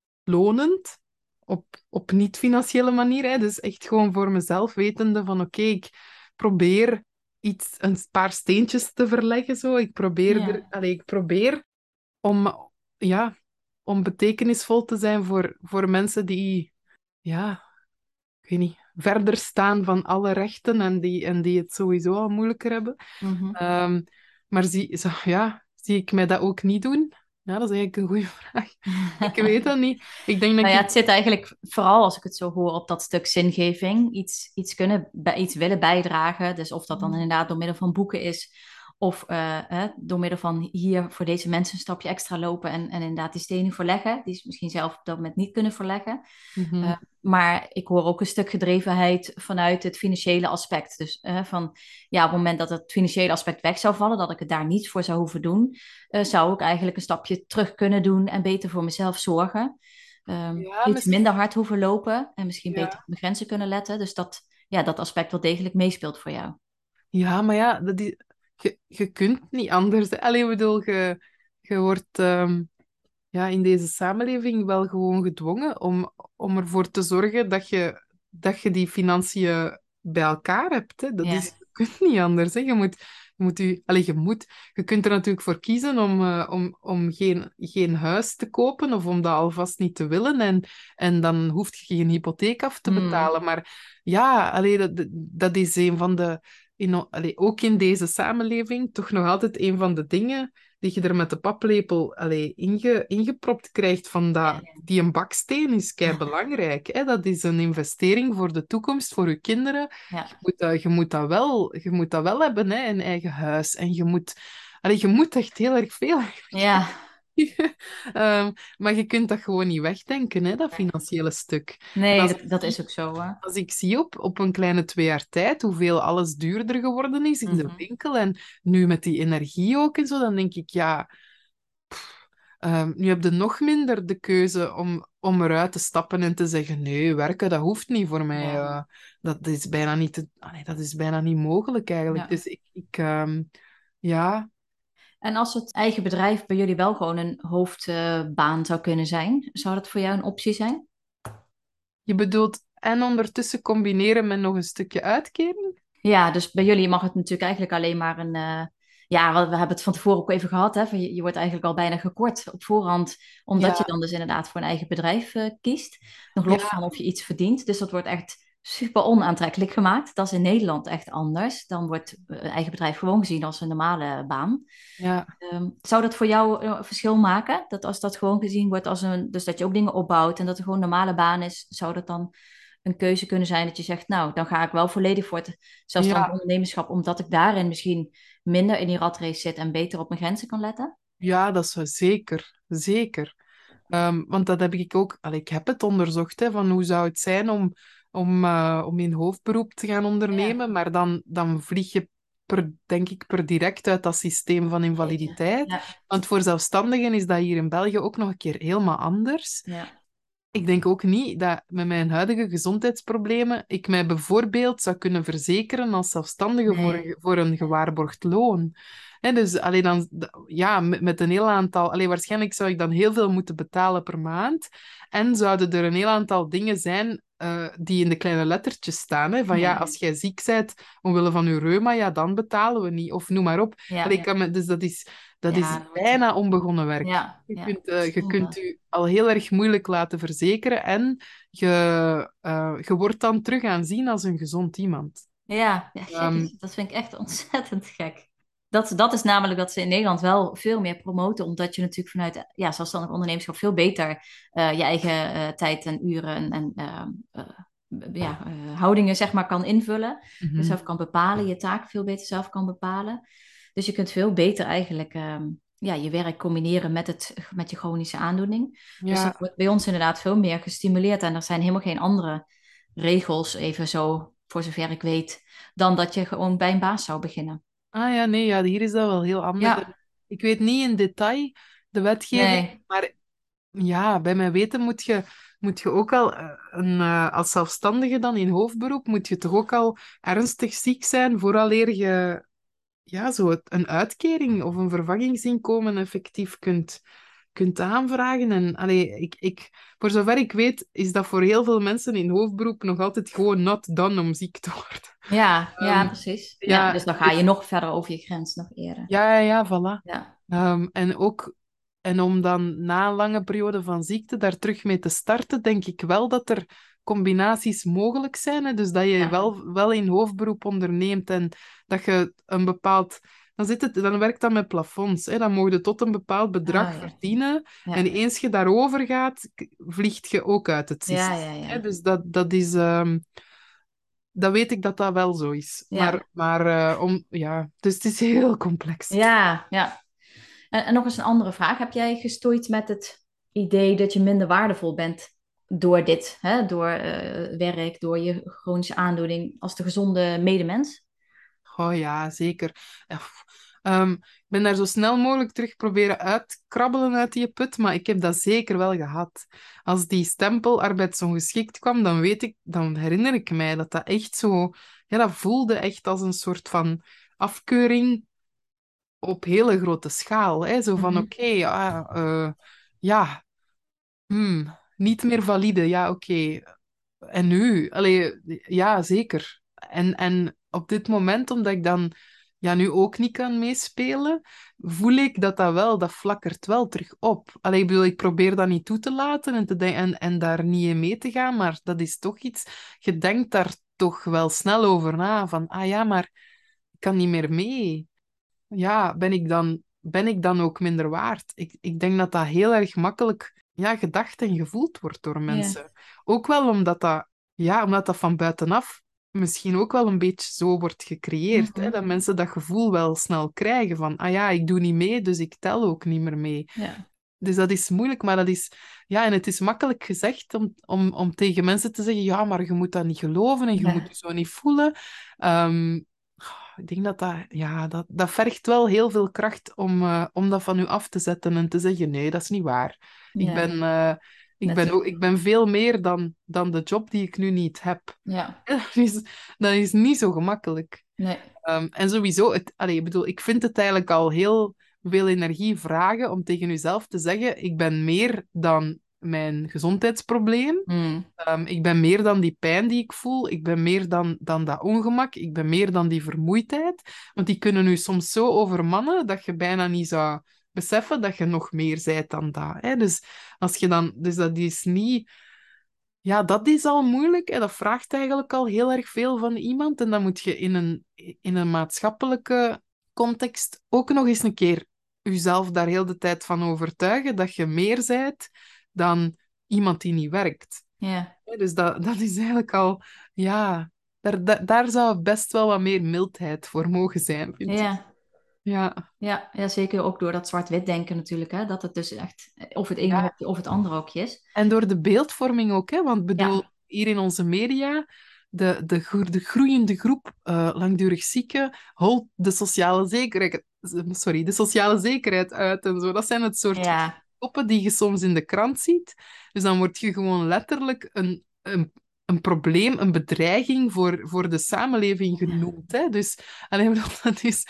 lonend, op, op niet-financiële manier. Hè? Dus echt gewoon voor mezelf wetende van, oké, okay, ik probeer iets, een paar steentjes te verleggen. Zo. Ik probeer, er, Ja. allee, ik probeer om, ja, om betekenisvol te zijn voor, voor mensen die, ja, ik weet niet, verder staan van alle rechten en die, en die het sowieso al moeilijker hebben. Mhm. Um, maar zie, zo, ja, zie ik mij dat ook niet doen? Ja, dat is eigenlijk een goede vraag. Ik weet dat niet. Ik denk dat Nou ja, ik... het zit eigenlijk vooral, als ik het zo hoor, op dat stuk zingeving. Iets, iets kunnen, bij, iets willen bijdragen. Dus of dat dan inderdaad door middel van boeken is, of uh, eh, door middel van hier voor deze mensen een stapje extra lopen en, en inderdaad die stenen verleggen, die ze misschien zelf op dat moment niet kunnen verleggen. Mm-hmm. Uh, maar ik hoor ook een stuk gedrevenheid vanuit het financiële aspect. Dus uh, van, ja, op het moment dat het financiële aspect weg zou vallen, dat ik het daar niets voor zou hoeven doen, uh, zou ik eigenlijk een stapje terug kunnen doen en beter voor mezelf zorgen. Um, Ja, iets misschien... minder hard hoeven lopen en misschien Ja. beter op mijn grenzen kunnen letten. Dus dat, ja, dat aspect wel degelijk meespeelt voor jou. Ja, maar ja, dat is... je, je kunt niet anders. Hè. Allee, ik bedoel, je, je wordt um, ja, in deze samenleving wel gewoon gedwongen om, om ervoor te zorgen dat je, dat je die financiën bij elkaar hebt. Hè. Dat Ja. is, je kunt niet anders. Hè. Je moet, je moet, je, allee, je moet, je kunt er natuurlijk voor kiezen om, uh, om, om geen, geen huis te kopen of om dat alvast niet te willen. En, en dan hoef je geen hypotheek af te betalen. Hmm. Maar ja, allee, dat, dat is een van de... In, allee, ook in deze samenleving toch nog altijd een van de dingen die je er met de paplepel allee, inge, ingepropt krijgt van dat, Ja. die een baksteen is kei belangrijk. Hè? Dat is een investering voor de toekomst, voor je kinderen. Ja. Je, moet dat, je, moet dat wel, je moet dat wel hebben, hè? Een eigen huis. En je moet, allee, je moet echt heel erg veel. Ja. um, maar je kunt dat gewoon niet wegdenken, hè, dat financiële stuk. Nee, Als dat, dat is ook zo. Hè? Als ik zie op, op een kleine twee jaar tijd hoeveel alles duurder geworden is in de Mm-hmm. winkel en nu met die energie ook en zo, dan denk ik, ja, pff, um, nu heb je nog minder de keuze om, om eruit te stappen en te zeggen, nee, werken, dat hoeft niet voor mij. Ja. Uh, dat is bijna niet, te, ah, nee, dat is bijna niet mogelijk eigenlijk. Ja. Dus ik, ik um, ja... En als het eigen bedrijf bij jullie wel gewoon een hoofdbaan uh, zou kunnen zijn, zou dat voor jou een optie zijn? Je bedoelt en ondertussen combineren met nog een stukje uitkering? Ja, dus bij jullie mag het natuurlijk eigenlijk alleen maar een... Uh, ja, we hebben het van tevoren ook even gehad. Hè, van je, je wordt eigenlijk al bijna gekort op voorhand, omdat Ja. je dan dus inderdaad voor een eigen bedrijf uh, kiest. Nog los Ja. van of je iets verdient. Dus dat wordt echt super onaantrekkelijk gemaakt. Dat is in Nederland echt anders. Dan wordt uh, eigen bedrijf gewoon gezien als een normale baan. Ja. Um, zou dat voor jou een verschil maken? Dat als dat gewoon gezien wordt als een... Dus dat je ook dingen opbouwt en dat het gewoon een normale baan is, zou dat dan een keuze kunnen zijn dat je zegt, nou, dan ga ik wel volledig voor het zelfstandig Ja. ondernemerschap, omdat ik daarin misschien minder in die ratrace zit en beter op mijn grenzen kan letten? Ja, dat is wel zeker. Zeker. Ehm, want dat heb ik ook... Allee, ik heb het onderzocht, hè, van hoe zou het zijn om, om, uh, om in hoofdberoep te gaan Ja, ondernemen, maar dan, dan vlieg je per, denk ik per direct uit dat systeem van jeetje. invaliditeit. Ja, Want voor zelfstandigen is dat hier in België ook nog een keer helemaal anders. ja, Ik denk ook niet dat met mijn huidige gezondheidsproblemen ik mij bijvoorbeeld zou kunnen verzekeren als zelfstandige voor nee, een, voor een gewaarborgd loon. Hè, dus alleen dan, ja, met, met een heel aantal... Allee, waarschijnlijk zou ik dan heel veel moeten betalen per maand. En zouden er een heel aantal dingen zijn eh, die in de kleine lettertjes staan. Hè, van ja, ja, als jij ziek bent omwille van je reuma, ja, dan betalen we niet. Of noem maar op. ja, Allee, ik kan me, dus dat is, dat is ja, nooit. bijna onbegonnen werk. Ja, Je ja, kunt, eh, je kunt zonde. je al heel erg moeilijk laten verzekeren en je, eh, je wordt dan terug aanzien als een gezond iemand. Ja, ja, Ehm, jeetje, dat vind ik echt ontzettend gek. Dat, dat is namelijk dat ze in Nederland wel veel meer promoten, omdat je natuurlijk vanuit ja, zelfstandig ondernemerschap veel beter eh, je eigen eh, tijd en uren en, en eh, eh, ja, eh, houdingen zeg maar kan invullen. Je mhm. zelf kan bepalen, je taak veel beter zelf kan bepalen. Dus je kunt veel beter eigenlijk ehm, ja, je werk combineren met, het, met je chronische aandoening. Dus dat Ja, wordt bij ons inderdaad veel meer gestimuleerd en er zijn helemaal geen andere regels, even zo voor zover ik weet, dan dat je gewoon bij een baas zou beginnen. ah ja, nee, ja, hier is dat wel heel anders. Ja, Ik weet niet in detail de wetgeving, nee, maar ja, bij mijn weten moet je, moet je ook al, eh, een, eh, als zelfstandige dan in hoofdberoep, moet je toch ook al ernstig ziek zijn vooraleer je ja, zo het- een uitkering of een vervangingsinkomen effectief kunt, kunt aanvragen. En allee, ik, ik, voor zover ik weet, is dat voor heel veel mensen in hoofdberoep nog altijd gewoon not done om ziek te worden. ja, ja, Ehm, precies. Ja, dus ja, dan ga je dus, nog verder over je grens, nog eerder. ja, ja, ja, voilà. Ja, Ehm, en ook, en om dan na een lange periode van ziekte daar terug mee te starten, denk ik wel dat er combinaties mogelijk zijn. Hè? Dus dat je ja, wel, wel in hoofdberoep onderneemt en dat je een bepaald... Dan, zit het, dan werkt dat met plafonds. Hè? Dan mag je tot een bepaald bedrag ah, ja, verdienen. En ja, eens je daarover gaat, k- vliegt je ook uit het ja, systeem. ja, Hè? ja, Dus dat, dat is... ehm, dat weet ik dat dat wel zo is. ja, Maar, maar eh, om, ja, dus het is heel complex. ja, ja. En, en nog eens een andere vraag. Heb jij gestoeid met het idee dat je minder waardevol bent door dit, hè? Door eh, werk, door je chronische aandoening als de gezonde medemens? Oh ja, zeker. Ja, pff. Ehm, ik ben daar zo snel mogelijk terug proberen uitkrabbelen uit die put, maar ik heb dat zeker wel gehad. Als die stempel arbeidsongeschikt kwam, dan weet ik, dan herinner ik mij dat dat echt zo, ja, dat voelde echt als een soort van afkeuring op hele grote schaal. Hè? Zo van, Mhm. oké, ja, eh, ja, hmm, niet meer valide, ja, oké. En nu? Allee, ja, zeker. En, en op dit moment, omdat ik dan ja, nu ook niet kan meespelen, voel ik dat dat wel, dat flakkert wel terug op. Allee, ik bedoel, ik probeer dat niet toe te laten en, te den- en, en daar niet in mee te gaan, maar dat is toch iets... Je denkt daar toch wel snel over na, van, ah ja, maar ik kan niet meer mee. Ja, ben ik dan, ben ik dan ook minder waard? Ik, ik denk dat dat heel erg makkelijk ja, gedacht en gevoeld wordt door Ja, mensen. Ook wel omdat dat, ja, omdat dat van buitenaf misschien ook wel een beetje zo wordt gecreëerd. Hè? mhm. Dat mensen dat gevoel wel snel krijgen van, ah ja, ik doe niet mee, dus ik tel ook niet meer mee. Ja, Dus dat is moeilijk, maar dat is... Ja, en het is makkelijk gezegd om, om, om tegen mensen te zeggen, ja, maar je moet dat niet geloven en je moet ja, je zo niet voelen. Ehm, ik denk dat dat... Ja, dat, dat vergt wel heel veel kracht om, eh, om dat van u af te zetten en te zeggen, nee, dat is niet waar. Ik ja, ben, eh, ik net ben, zo. ook, ik ben veel meer dan, dan de job die ik nu niet heb. Ja, Dat is, dat is niet zo gemakkelijk. nee, Ehm, en sowieso, het, allee, ik bedoel, ik vind het eigenlijk al heel veel energie vragen om tegen jezelf te zeggen, ik ben meer dan mijn gezondheidsprobleem. mm, Ehm, ik ben meer dan die pijn die ik voel. Ik ben meer dan, dan dat ongemak. Ik ben meer dan die vermoeidheid. Want die kunnen nu soms zo overmannen dat je bijna niet zou beseffen dat je nog meer bent dan dat. Hè? Dus, als je dan, dus dat is niet... Ja, dat is al moeilijk. En dat vraagt eigenlijk al heel erg veel van iemand. En dan moet je in een, in een maatschappelijke context ook nog eens een keer jezelf daar heel de tijd van overtuigen dat je meer bent dan iemand die niet werkt. Ja, Ja, dus dat, dat is eigenlijk al, ja, daar, daar, daar zou best wel wat meer mildheid voor mogen zijn, vind ik. ja. Ja, Ja, ja, zeker ook door dat zwart-wit denken natuurlijk, hè? Dat het dus echt of het ene ja. hokje of het andere hokje is. En door de beeldvorming ook, hè? Want ik bedoel, Ja, hier in onze media, de, de, gro- de groeiende groep eh, langdurig zieken holt de sociale zekerheid, sorry, de sociale zekerheid uit en zo. Dat zijn het soort ja, koppen die je soms in de krant ziet. Dus dan word je gewoon letterlijk een, een, een probleem, een bedreiging voor, voor de samenleving genoemd. Hè? Dus alleen dat is,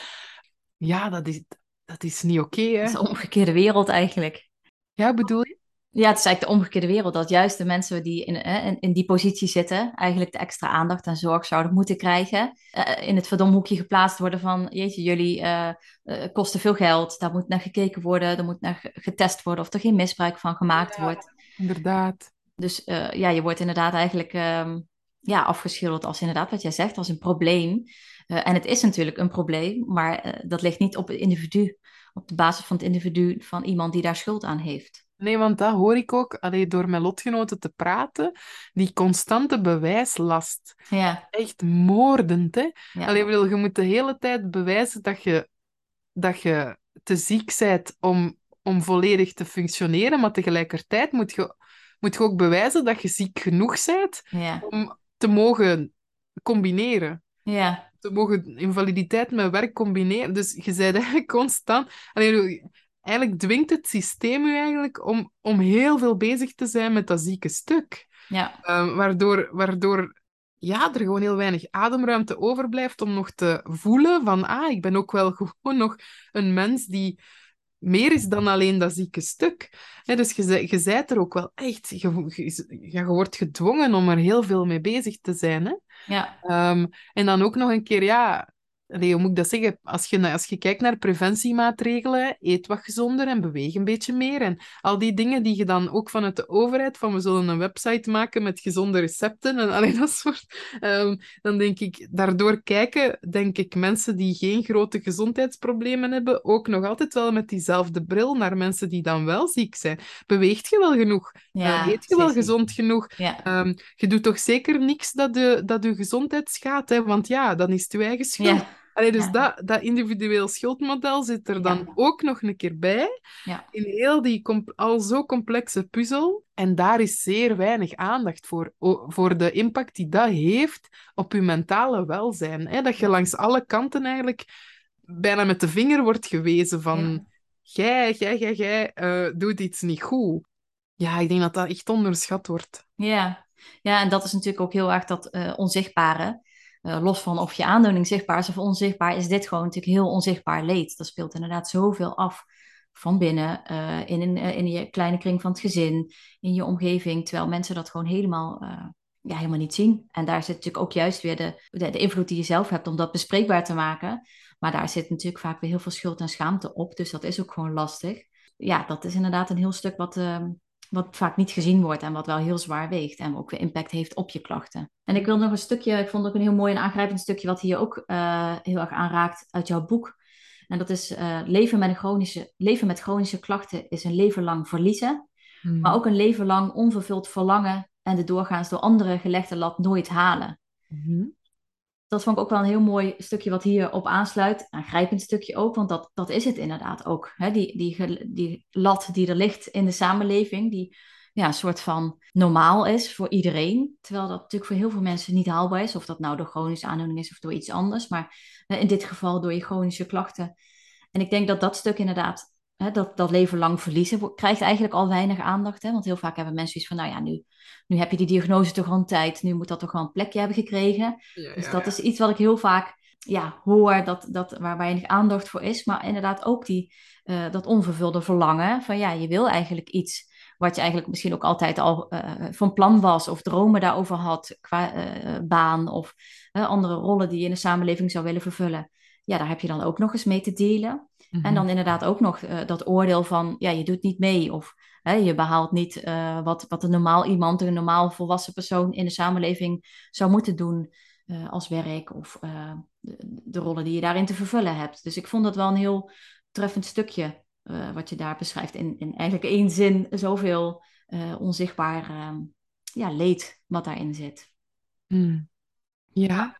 ja, dat is, dat is niet oké, dat is hè? de omgekeerde wereld eigenlijk. Ja, bedoel je? Ja, het is eigenlijk de omgekeerde wereld. Dat juist de mensen die in, eh, in, in die positie zitten, eigenlijk de extra aandacht en zorg zouden moeten krijgen. Eh, in het verdomhoekje geplaatst worden van, jeetje, jullie eh, eh, kosten veel geld. Daar moet naar gekeken worden, er moet naar ge- getest worden of er geen misbruik van gemaakt Ja, wordt. inderdaad. Dus eh, ja, je wordt inderdaad eigenlijk ehm, ja, afgeschilderd als inderdaad wat jij zegt, als een probleem. Eh, en het is natuurlijk een probleem, maar eh, dat ligt niet op het individu, op de basis van het individu, van iemand die daar schuld aan heeft. Nee, want dat hoor ik ook allee, door met lotgenoten te praten. Die constante bewijslast. Ja, Echt moordend, hè? Allee, ja, ik bedoel, je moet de hele tijd bewijzen dat je, dat je te ziek bent om, om volledig te functioneren, maar tegelijkertijd moet je, moet je ook bewijzen dat je ziek genoeg bent ja, om te mogen combineren. ja, Te mogen invaliditeit met werk combineren. Dus je bent eigenlijk constant... Allee, eigenlijk dwingt het systeem je eigenlijk om, om heel veel bezig te zijn met dat zieke stuk. ja, Eh, waardoor, waardoor ja, er gewoon heel weinig ademruimte overblijft om nog te voelen van ah, ik ben ook wel gewoon nog een mens die meer is dan alleen dat zieke stuk. Hè, dus je, ze- je bent er ook wel echt... Je, je, ja, je wordt gedwongen om er heel veel mee bezig te zijn, hè? ja, Ehm, en dan ook nog een keer, ja, allee, hoe moet ik dat zeggen? Als je, als je kijkt naar preventiemaatregelen, eet wat gezonder en beweeg een beetje meer. En al die dingen die je dan ook vanuit de overheid, van we zullen een website maken met gezonde recepten en alleen dat soort. Ehm, dan denk ik, daardoor kijken, denk ik, mensen die geen grote gezondheidsproblemen hebben, ook nog altijd wel met diezelfde bril naar mensen die dan wel ziek zijn. Beweegt je wel genoeg? Eh, ja, eet je wel Sissy. gezond genoeg? Ja, Ehm, je doet toch zeker niks dat je, dat je gezondheid schaadt, hè? Want ja, dan is het je eigen schuld. ja, Allee, dus ja, dat, dat individueel schuldmodel zit er dan ja, ook nog een keer bij, ja, in heel die com- al zo complexe puzzel. En daar is zeer weinig aandacht voor, o- voor de impact die dat heeft op je mentale welzijn. Hè? Dat je ja, langs alle kanten eigenlijk bijna met de vinger wordt gewezen van ja. jij, jij, jij, jij eh, doet iets niet goed. Ja, ik denk dat dat echt onderschat wordt. Ja, ja, en dat is natuurlijk ook heel erg dat eh, onzichtbare. Eh, los van of je aandoening zichtbaar is of onzichtbaar, is dit gewoon natuurlijk heel onzichtbaar leed. Dat speelt inderdaad zoveel af van binnen, eh, in, een, eh, in je kleine kring van het gezin, in je omgeving, terwijl mensen dat gewoon helemaal, eh, ja, helemaal niet zien. En daar zit natuurlijk ook juist weer de, de, de invloed die je zelf hebt om dat bespreekbaar te maken. Maar daar zit natuurlijk vaak weer heel veel schuld en schaamte op, dus dat is ook gewoon lastig. Ja, dat is inderdaad een heel stuk wat, ehm, wat vaak niet gezien wordt en wat wel heel zwaar weegt en ook weer impact heeft op je klachten. En ik wil nog een stukje, ik vond ook een heel mooi en aangrijpend stukje wat hier ook eh, heel erg aanraakt uit jouw boek. En dat is eh, leven met een chronische, leven met chronische klachten is een leven lang verliezen, maar Mhm. ook een leven lang onvervuld verlangen en de doorgaans door anderen gelegde lat nooit halen. Mhm. Dat vond ik ook wel een heel mooi stukje wat hierop aansluit. Een aangrijpend stukje ook, want dat, dat is het inderdaad ook. Hè? Die, die, ge- die lat die er ligt in de samenleving, die ja, een soort van normaal is voor iedereen. Terwijl dat natuurlijk voor heel veel mensen niet haalbaar is. Of dat nou door chronische aandoening is of door iets anders. Maar eh, in dit geval door je chronische klachten. En ik denk dat dat stuk inderdaad, hè, dat, dat leven lang verliezen, wo- krijgt eigenlijk al weinig aandacht. Hè? Want heel vaak hebben mensen iets van, nou ja, nu, nu heb je die diagnose toch al een tijd. Nu moet dat toch wel een plekje hebben gekregen. Ja, Dus ja, dat ja. is iets wat ik heel vaak ja, hoor, dat, dat, waar weinig aandacht voor is. Maar inderdaad ook die, eh, dat onvervulde verlangen van ja, je wil eigenlijk iets wat je eigenlijk misschien ook altijd al eh, van plan was of dromen daarover had qua eh, baan of eh, andere rollen die je in de samenleving zou willen vervullen. Ja, daar heb je dan ook nog eens mee te delen. En Mhm. dan inderdaad ook nog eh, dat oordeel van ja, je doet niet mee of Hè, je behaalt niet uh, wat, wat een normaal iemand, een normaal volwassen persoon in de samenleving zou moeten doen uh, als werk of uh, de, de rollen die je daarin te vervullen hebt. Dus ik vond dat wel een heel treffend stukje uh, wat je daar beschrijft. In, in eigenlijk één zin zoveel uh, onzichtbaar uh, ja, leed wat daarin zit. Hmm. Ja.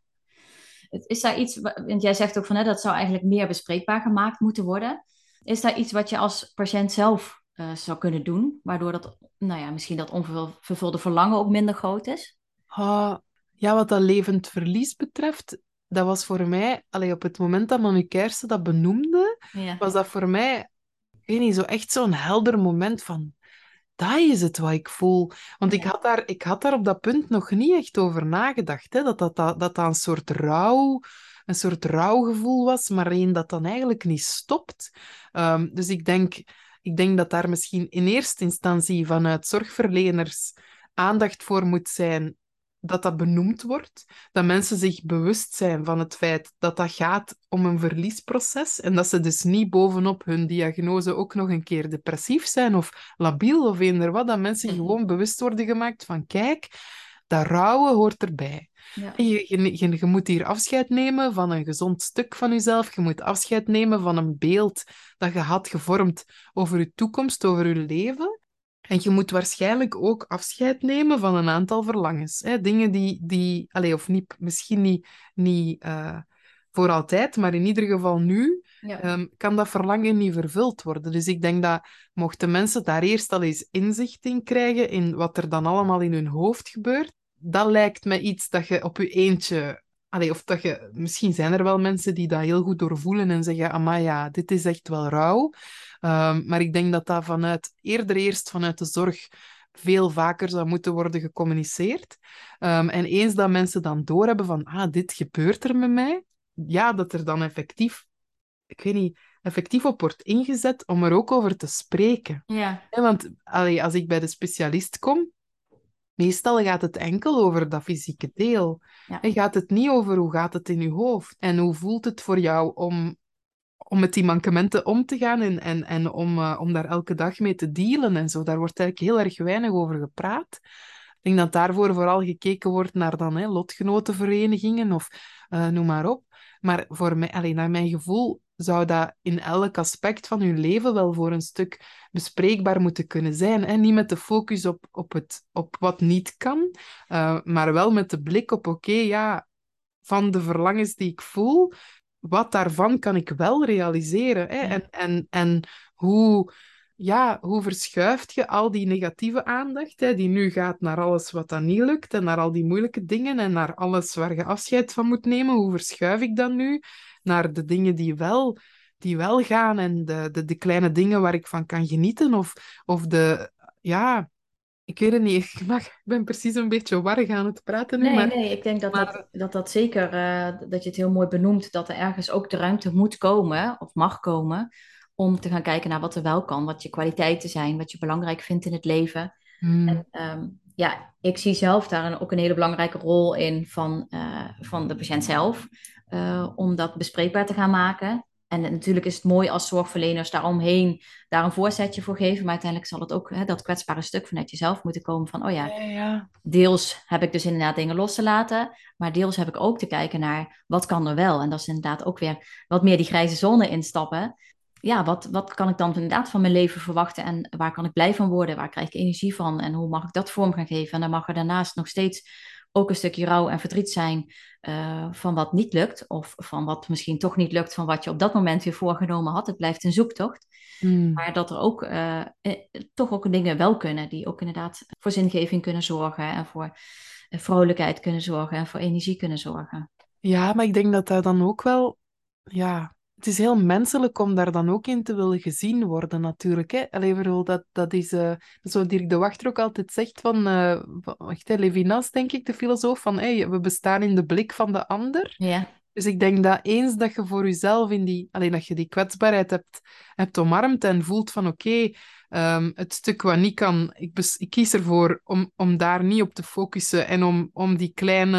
Is daar iets, want jij zegt ook van hè, dat zou eigenlijk meer bespreekbaar gemaakt moeten worden. Is daar iets wat je als patiënt zelf uh, zou kunnen doen, waardoor dat, nou ja, misschien dat onvervulde verlangen ook minder groot is? Uh, ja, wat dat levend verlies betreft, dat was voor mij, allee, op het moment dat Manu Kersen dat benoemde, Ja. was dat voor mij, ik weet niet, zo echt zo'n helder moment van, dat is het wat ik voel. Want Ja. ik had daar, ik had daar op dat punt nog niet echt over nagedacht, hè, dat, dat, dat, dat dat een soort rouw, een soort rouwgevoel was, maar één dat dan eigenlijk niet stopt. Um, dus ik denk, ik denk dat daar misschien in eerste instantie vanuit zorgverleners aandacht voor moet zijn dat dat benoemd wordt, dat mensen zich bewust zijn van het feit dat dat gaat om een verliesproces en dat ze dus niet bovenop hun diagnose ook nog een keer depressief zijn of labiel of eender wat, dat mensen Mhm. gewoon bewust worden gemaakt van kijk, dat rouwen hoort erbij. Ja. Je, je, je, je moet hier afscheid nemen van een gezond stuk van jezelf. Je moet afscheid nemen van een beeld dat je had gevormd over je toekomst, over je leven. En je moet waarschijnlijk ook afscheid nemen van een aantal verlangens. Hè? Dingen die, die allez, of niet, misschien niet, niet uh, voor altijd, maar in ieder geval nu Ja. um, kan dat verlangen niet vervuld worden. Dus ik denk dat mochten mensen daar eerst al eens inzicht in krijgen in wat er dan allemaal in hun hoofd gebeurt, dat lijkt me iets dat je op je eentje... Allee, of dat je... Misschien zijn er wel mensen die dat heel goed doorvoelen en zeggen, amai ja, dit is echt wel rauw. Um, maar ik denk dat dat vanuit, eerder eerst vanuit de zorg veel vaker zou moeten worden gecommuniceerd. Um, en eens dat mensen dan doorhebben van, ah, dit gebeurt er met mij, ja, dat er dan effectief, ik weet niet, effectief op wordt ingezet om er ook over te spreken. Ja. Ja, want allee, als ik bij de specialist kom, meestal gaat het enkel over dat fysieke deel. Ja. En gaat het niet over hoe gaat het in je hoofd en hoe voelt het voor jou om, om met die mankementen om te gaan en, en, en om, uh, om daar elke dag mee te dealen en zo. Daar wordt eigenlijk heel erg weinig over gepraat. Ik denk dat daarvoor vooral gekeken wordt naar dan, hè, lotgenotenverenigingen of uh, noem maar op. Maar voor mij, alleen naar mijn gevoel, zou dat in elk aspect van je leven wel voor een stuk bespreekbaar moeten kunnen zijn. Hè? Niet met de focus op, op, het, op wat niet kan, uh, maar wel met de blik op, oké, okay, ja, van de verlangens die ik voel, wat daarvan kan ik wel realiseren? Hè? Ja. En, en, en hoe, ja, hoe verschuift je al die negatieve aandacht, hè, die nu gaat naar alles wat dan niet lukt en naar al die moeilijke dingen en naar alles waar je afscheid van moet nemen? Hoe verschuif ik dat nu naar de dingen die wel, die wel gaan en de, de, de kleine dingen waar ik van kan genieten? Of, of de, ja... Ik weet het niet, ik, mag, ik ben precies een beetje warrig aan het praten nu, Nee, maar... nee, ik denk dat maar... dat, dat, dat zeker, uh, dat je het heel mooi benoemt, dat er ergens ook de ruimte moet komen, of mag komen, om te gaan kijken naar wat er wel kan, wat je kwaliteiten zijn, wat je belangrijk vindt in het leven. Hmm. En um, ja, ik zie zelf daar een, ook een hele belangrijke rol in van, uh, van de patiënt zelf, uh, om dat bespreekbaar te gaan maken. En natuurlijk is het mooi als zorgverleners daaromheen daar een voorzetje voor geven, maar uiteindelijk zal het ook hè, dat kwetsbare stuk vanuit jezelf moeten komen van, oh ja, Ja, ja. deels heb ik dus inderdaad dingen los te laten, maar deels heb ik ook te kijken naar wat kan er wel. En dat is inderdaad ook weer wat meer die grijze zone instappen. Ja, wat, wat kan ik dan inderdaad van mijn leven verwachten en waar kan ik blij van worden? Waar krijg ik energie van en hoe mag ik dat vorm gaan geven? En dan mag er daarnaast nog steeds ook een stukje rouw en verdriet zijn uh, van wat niet lukt of van wat misschien toch niet lukt van wat je op dat moment weer voorgenomen had. Het blijft een zoektocht. Hmm. Maar dat er ook uh, eh, toch ook dingen wel kunnen die ook inderdaad voor zingeving kunnen zorgen en voor uh, vrolijkheid kunnen zorgen en voor energie kunnen zorgen. Ja, maar ik denk dat dat dan ook wel... Ja, het is heel menselijk om daar dan ook in te willen gezien worden, natuurlijk. Hè? Allee, bedoel, dat, dat is uh, zo Dirk de Wachter ook altijd zegt van... Uh, wacht, hè, Levinas, denk ik, de filosoof, van hey, we bestaan in de blik van de ander. Ja. Dus ik denk dat eens dat je voor jezelf in die... Alleen dat je die kwetsbaarheid hebt, hebt omarmd en voelt van oké, okay, um, het stuk wat niet kan... Ik, bes, ik kies ervoor om, om daar niet op te focussen en om, om die kleine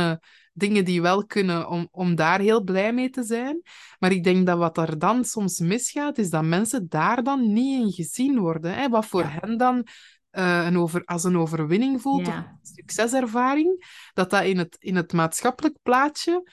dingen die wel kunnen, om, om daar heel blij mee te zijn. Maar ik denk dat wat er dan soms misgaat, is dat mensen daar dan niet in gezien worden. Hè? Wat voor Ja. hen dan uh, een over, als een overwinning voelt, Ja. of een succeservaring, dat dat in het, in het maatschappelijk plaatje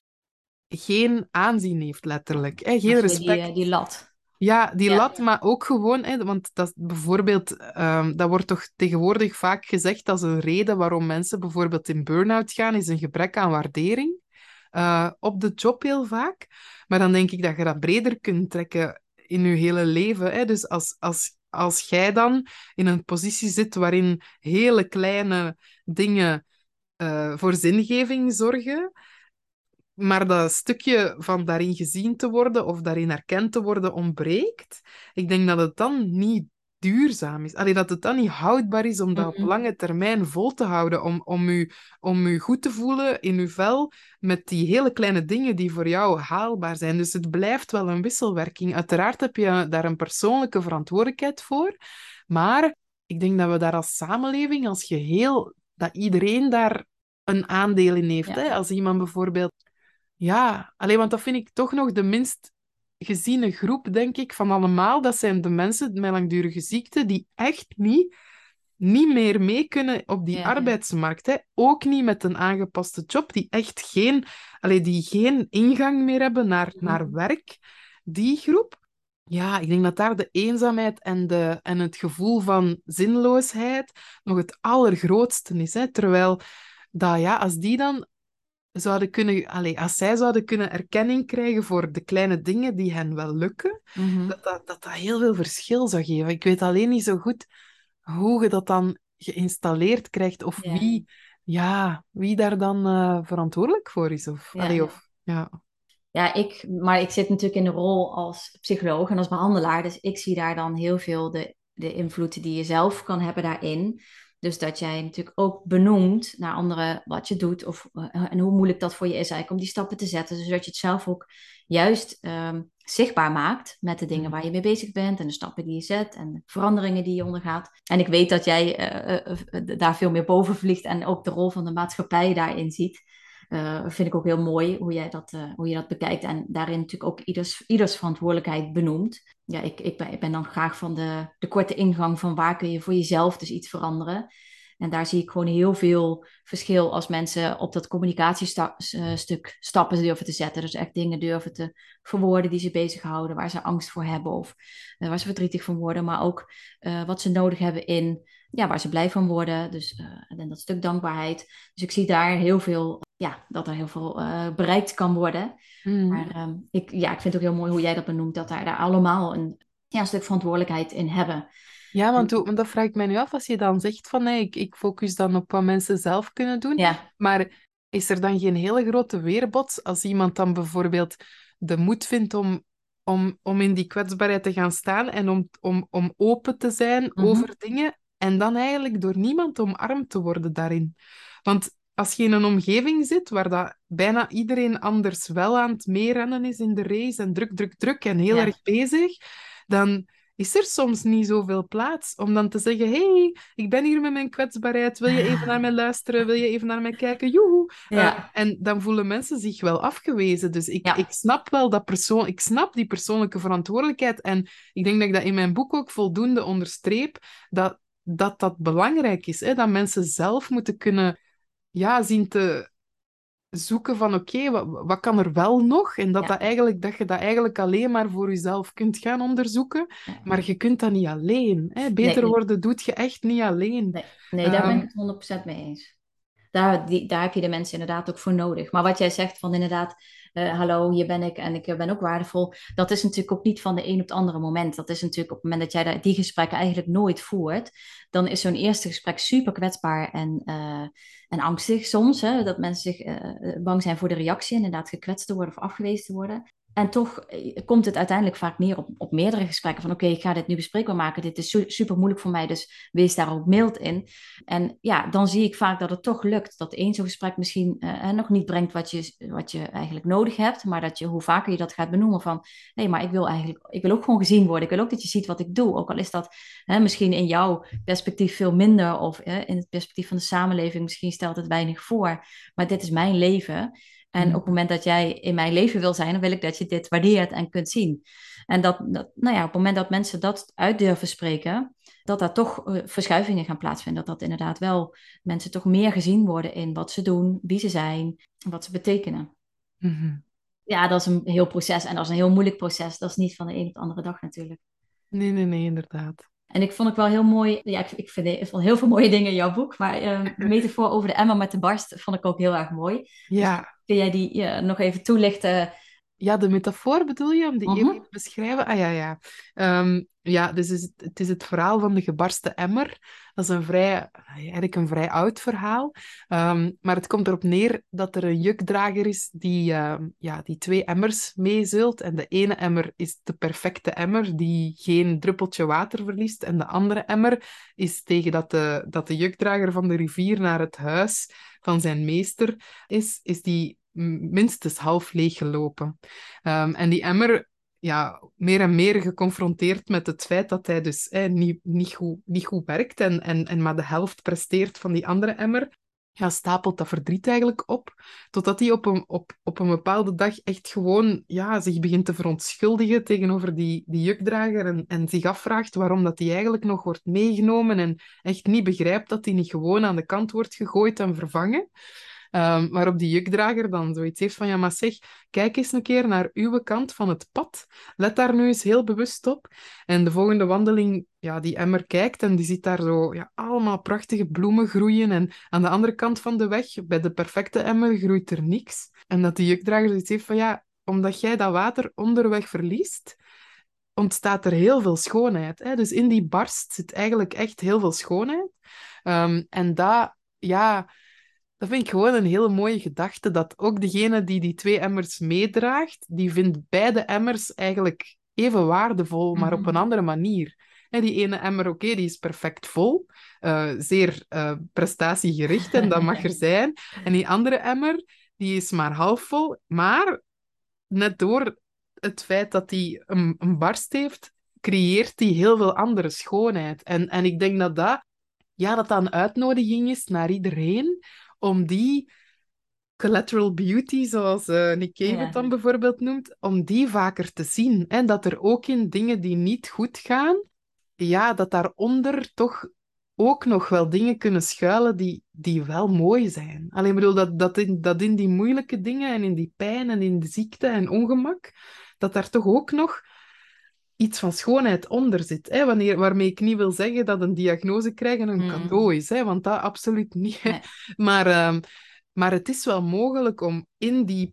geen aanzien heeft, letterlijk. Hè? Geen Dat je respect. die, die lat. Ja, die Ja. lat, maar ook gewoon, hè, want dat bijvoorbeeld, um, dat wordt toch tegenwoordig vaak gezegd als een reden waarom mensen bijvoorbeeld in burn-out gaan, is een gebrek aan waardering. Uh, op de job heel vaak. Maar dan denk ik dat je dat breder kunt trekken in je hele leven. Hè? Dus als, als, als jij dan in een positie zit waarin hele kleine dingen uh, voor zingeving zorgen, maar dat stukje van daarin gezien te worden of daarin erkend te worden ontbreekt, ik denk dat het dan niet duurzaam is. Allee, dat het dan niet houdbaar is om dat op Mm-hmm. lange termijn vol te houden, om, om, u, om u goed te voelen in uw vel met die hele kleine dingen die voor jou haalbaar zijn. Dus het blijft wel een wisselwerking. Uiteraard heb je daar een persoonlijke verantwoordelijkheid voor, maar ik denk dat we daar als samenleving, als geheel, dat iedereen daar een aandeel in heeft. Ja. Hè? Als iemand bijvoorbeeld Ja, alleen want dat vind ik toch nog de minst geziene groep, denk ik, van allemaal. Dat zijn de mensen met langdurige ziekte die echt niet, niet meer mee kunnen op die Ja. arbeidsmarkt. Hè. Ook niet met een aangepaste job, die echt geen, allee, die geen ingang meer hebben naar, Mm-hmm. naar werk. Die groep. Ja, ik denk dat daar de eenzaamheid en, de, en het gevoel van zinloosheid nog het allergrootste is. Hè. Terwijl dat, ja, als die dan zouden kunnen, allez, als zij zouden kunnen erkenning krijgen voor de kleine dingen die hen wel lukken, Mm-hmm. dat, dat, dat dat heel veel verschil zou geven. Ik weet alleen niet zo goed hoe je dat dan geïnstalleerd krijgt of Ja. wie, ja, wie daar dan uh, verantwoordelijk voor is. Of, Ja. allez, of, ja. Ja, ik, maar ik zit natuurlijk in de rol als psycholoog en als behandelaar, dus ik zie daar dan heel veel de, de invloed die je zelf kan hebben daarin. Dus dat jij natuurlijk ook benoemt naar anderen wat je doet of, uh, en hoe moeilijk dat voor je is eigenlijk om die stappen te zetten. Dus dat je het zelf ook juist um, zichtbaar maakt met de dingen waar je mee bezig bent en de stappen die je zet en de veranderingen die je ondergaat. En ik weet dat jij uh, uh, daar veel meer boven vliegt en ook de rol van de maatschappij daarin ziet. Uh, vind ik ook heel mooi hoe, jij dat, uh, hoe je dat bekijkt en daarin natuurlijk ook ieders, ieders verantwoordelijkheid benoemt. Ja, ik, ik, ben, ik ben dan graag van de, de korte ingang van waar kun je voor jezelf dus iets veranderen. En daar zie ik gewoon heel veel verschil als mensen op dat communicatiestuk stappen durven te zetten. Dus echt dingen durven te verwoorden die ze bezighouden, waar ze angst voor hebben of uh, waar ze verdrietig van worden. Maar ook uh, wat ze nodig hebben in, ja, waar ze blij van worden. Dus uh, en dat stuk dankbaarheid. Dus ik zie daar heel veel, ja, dat er heel veel uh, bereikt kan worden. Mm. Maar um, ik, ja, ik vind het ook heel mooi hoe jij dat benoemt, dat daar, daar allemaal een, ja, een stuk verantwoordelijkheid in hebben. Ja, want, want dat vraag ik mij nu af, als je dan zegt van hey, ik, ik focus dan op wat mensen zelf kunnen doen, ja. Maar is er dan geen hele grote weerbots als iemand dan bijvoorbeeld de moed vindt om, om, om in die kwetsbaarheid te gaan staan en om, om, om open te zijn mm-hmm. over dingen en dan eigenlijk door niemand omarmd te worden daarin? Want als je in een omgeving zit waar dat bijna iedereen anders wel aan het meerennen is in de race en druk, druk, druk en heel ja. erg bezig, dan is er soms niet zoveel plaats om dan te zeggen, hey, ik ben hier met mijn kwetsbaarheid, wil je even naar mij luisteren, wil je even naar mij kijken, joehoe. Ja. Uh, en dan voelen mensen zich wel afgewezen. Dus ik, ja. ik snap wel dat persoon, ik snap die persoonlijke verantwoordelijkheid en ik denk dat ik dat in mijn boek ook voldoende onderstreep, dat dat, dat belangrijk is, hè? Dat mensen zelf moeten kunnen ja, zien te zoeken van oké, okay, wat, wat kan er wel nog? En dat, ja. dat, eigenlijk, dat je dat eigenlijk alleen maar voor jezelf kunt gaan onderzoeken. Ja. Maar je kunt dat niet alleen. Hè? Beter nee, nee. worden doet je echt niet alleen. Nee, nee daar um, ben ik het honderd procent mee eens. Daar, die, daar heb je de mensen inderdaad ook voor nodig. Maar wat jij zegt van inderdaad, uh, hallo, hier ben ik en ik ben ook waardevol. Dat is natuurlijk ook niet van de een op het andere moment. Dat is natuurlijk op het moment dat jij die gesprekken eigenlijk nooit voert. Dan is zo'n eerste gesprek super kwetsbaar en, uh, en angstig soms. Hè, dat mensen zich uh, bang zijn voor de reactie. Inderdaad gekwetst te worden of afgewezen te worden. En toch eh, komt het uiteindelijk vaak neer op, op meerdere gesprekken. Van oké, okay, ik ga dit nu bespreekbaar maken. Dit is su- super moeilijk voor mij, dus wees daar ook mild in. En ja, dan zie ik vaak dat het toch lukt. Dat één zo'n gesprek misschien uh, nog niet brengt wat je, wat je eigenlijk nodig hebt. Maar dat je, hoe vaker je dat gaat benoemen van... Nee, maar ik wil eigenlijk, ik wil ook gewoon gezien worden. Ik wil ook dat je ziet wat ik doe. Ook al is dat hè, misschien in jouw perspectief veel minder. Of uh, in het perspectief van de samenleving misschien stelt het weinig voor. Maar dit is mijn leven. En op het moment dat jij in mijn leven wil zijn, dan wil ik dat je dit waardeert en kunt zien. En dat, dat nou ja, op het moment dat mensen dat uit durven spreken, dat daar toch uh, verschuivingen gaan plaatsvinden. Dat dat inderdaad wel mensen toch meer gezien worden in wat ze doen, wie ze zijn, wat ze betekenen. Mm-hmm. Ja, dat is een heel proces en dat is een heel moeilijk proces. Dat is niet van de een op de andere dag natuurlijk. Nee, nee, nee, inderdaad. En ik vond het wel heel mooi. Ja, ik, ik vind ik vond heel veel mooie dingen in jouw boek. Maar uh, de metafoor over de emmer met de barst vond ik ook heel erg mooi. Ja. Dus kun jij die uh, nog even toelichten? Ja, de metafoor bedoel je, om die Mhm. even te beschrijven? Ah ja, ja. Ehm, ja, dus is het, het is het verhaal van de gebarsten emmer. Dat is een vrij, eigenlijk een vrij oud verhaal. Ehm, maar het komt erop neer dat er een jukdrager is die, ehm, ja, die twee emmers meezult. En de ene emmer is de perfecte emmer, die geen druppeltje water verliest. En de andere emmer is tegen dat de, dat de jukdrager van de rivier naar het huis van zijn meester is, is die minstens half leeggelopen. Um, en die emmer, ja, meer en meer geconfronteerd met het feit dat hij dus eh, niet, niet, goed, niet goed werkt en, en, en maar de helft presteert van die andere emmer, ja, stapelt dat verdriet eigenlijk op, totdat hij op een, op, op een bepaalde dag echt gewoon ja, zich begint te verontschuldigen tegenover die, die jukdrager en, en zich afvraagt waarom dat hij eigenlijk nog wordt meegenomen en echt niet begrijpt dat hij niet gewoon aan de kant wordt gegooid en vervangen. Um, waarop die jukdrager dan zoiets heeft van, ja, maar zeg, kijk eens een keer naar uw kant van het pad. Let daar nu eens heel bewust op. En de volgende wandeling, ja, die emmer kijkt en die ziet daar zo ja, allemaal prachtige bloemen groeien. En aan de andere kant van de weg, bij de perfecte emmer, groeit er niks. En dat die jukdrager zoiets heeft van, ja, omdat jij dat water onderweg verliest, ontstaat er heel veel schoonheid. Hè? Dus in die barst zit eigenlijk echt heel veel schoonheid. Um, en dat, ja... Dat vind ik gewoon een hele mooie gedachte, dat ook degene die die twee emmers meedraagt, die vindt beide emmers eigenlijk even waardevol, maar op een andere manier. En die ene emmer, oké, okay, die is perfect vol, uh, zeer uh, prestatiegericht en dat mag er zijn. En die andere emmer, die is maar half vol, maar net door het feit dat die een, een barst heeft, creëert die heel veel andere schoonheid. En, en ik denk dat dat, ja, dat dat een uitnodiging is naar iedereen, om die collateral beauty, zoals uh, Nick Cave Ja. het dan bijvoorbeeld noemt, om die vaker te zien. En dat er ook in dingen die niet goed gaan, ja, dat daaronder toch ook nog wel dingen kunnen schuilen die, die wel mooi zijn. Alleen bedoel, dat, dat, in, dat in die moeilijke dingen en in die pijn en in de ziekte en ongemak, dat daar toch ook nog iets van schoonheid onder zit. Hè? Wanneer, waarmee ik niet wil zeggen dat een diagnose krijgen een cadeau is, hè? Want dat absoluut niet. Nee. Maar, um, maar het is wel mogelijk om in die,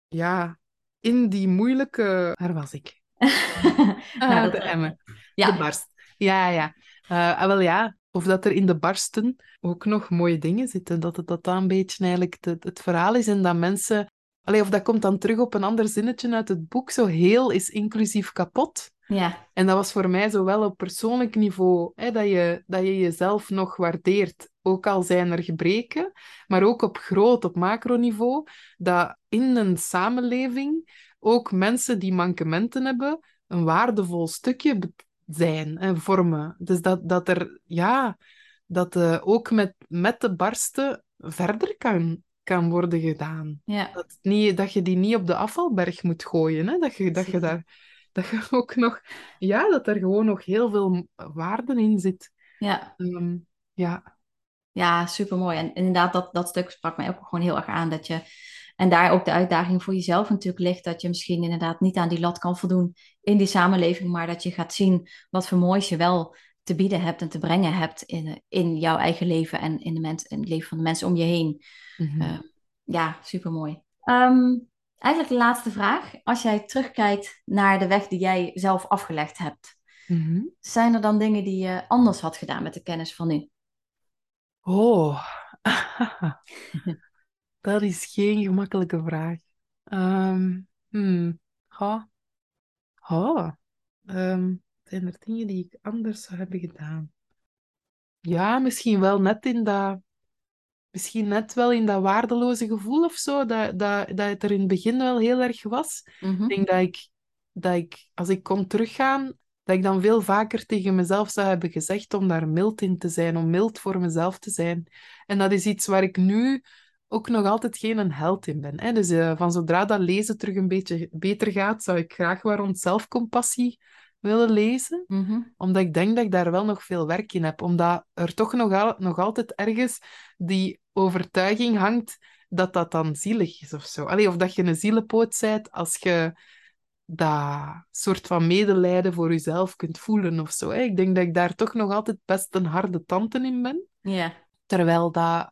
ja, in die moeilijke... Waar was ik? ah, nou, de emmer. Ja. De barst. Ja, ja. Uh, wel ja, of dat er in de barsten ook nog mooie dingen zitten. Dat het dat dan een beetje eigenlijk het, het verhaal is en dat mensen... Allee, of dat komt dan terug op een ander zinnetje uit het boek. Zo heel is inclusief kapot. Ja. En dat was voor mij zowel op persoonlijk niveau, hè, dat je, dat je jezelf nog waardeert, ook al zijn er gebreken, maar ook op groot, op macroniveau, dat in een samenleving ook mensen die mankementen hebben, een waardevol stukje zijn en vormen. Dus dat, dat er, ja, dat uh, ook met, met de barsten verder kan, kan worden gedaan. Ja. Dat, niet, dat je die niet op de afvalberg moet gooien, hè? Dat je, dat je daar... Dat je ook nog... Ja, dat er gewoon nog heel veel waarde in zit. Ja. Um, ja. Ja, supermooi. En inderdaad, dat, dat stuk sprak mij ook gewoon heel erg aan. Dat je, en daar ook de uitdaging voor jezelf natuurlijk ligt. Dat je misschien inderdaad niet aan die lat kan voldoen in die samenleving. Maar dat je gaat zien wat voor moois je wel te bieden hebt en te brengen hebt in, in jouw eigen leven. En in, de mens, in het leven van de mensen om je heen. Mm-hmm. Uh, ja, supermooi. Um, Eigenlijk de laatste vraag. Als jij terugkijkt naar de weg die jij zelf afgelegd hebt. Mm-hmm. Zijn er dan dingen die je anders had gedaan met de kennis van nu? Oh, dat is geen gemakkelijke vraag. Um, hmm. Oh, oh. Um, zijn er dingen die ik anders zou hebben gedaan? Ja, misschien wel net in dat... Misschien net wel in dat waardeloze gevoel of zo, dat, dat, dat het er in het begin wel heel erg was. Ik Mhm. denk dat ik, dat ik, als ik kon teruggaan, dat ik dan veel vaker tegen mezelf zou hebben gezegd om daar mild in te zijn, om mild voor mezelf te zijn. En dat is iets waar ik nu ook nog altijd geen een held in ben. Hè? Dus eh, van zodra dat lezen terug een beetje beter gaat, zou ik graag wat rond zelfcompassie willen lezen, Mhm. omdat ik denk dat ik daar wel nog veel werk in heb. Omdat er toch nog, al, nog altijd ergens die overtuiging hangt dat dat dan zielig is of zo. Allee, of dat je een zielepoot bent als je dat soort van medelijden voor jezelf kunt voelen of zo. Hè. Ik denk dat ik daar toch nog altijd best een harde tante in ben. Ja. Terwijl dat...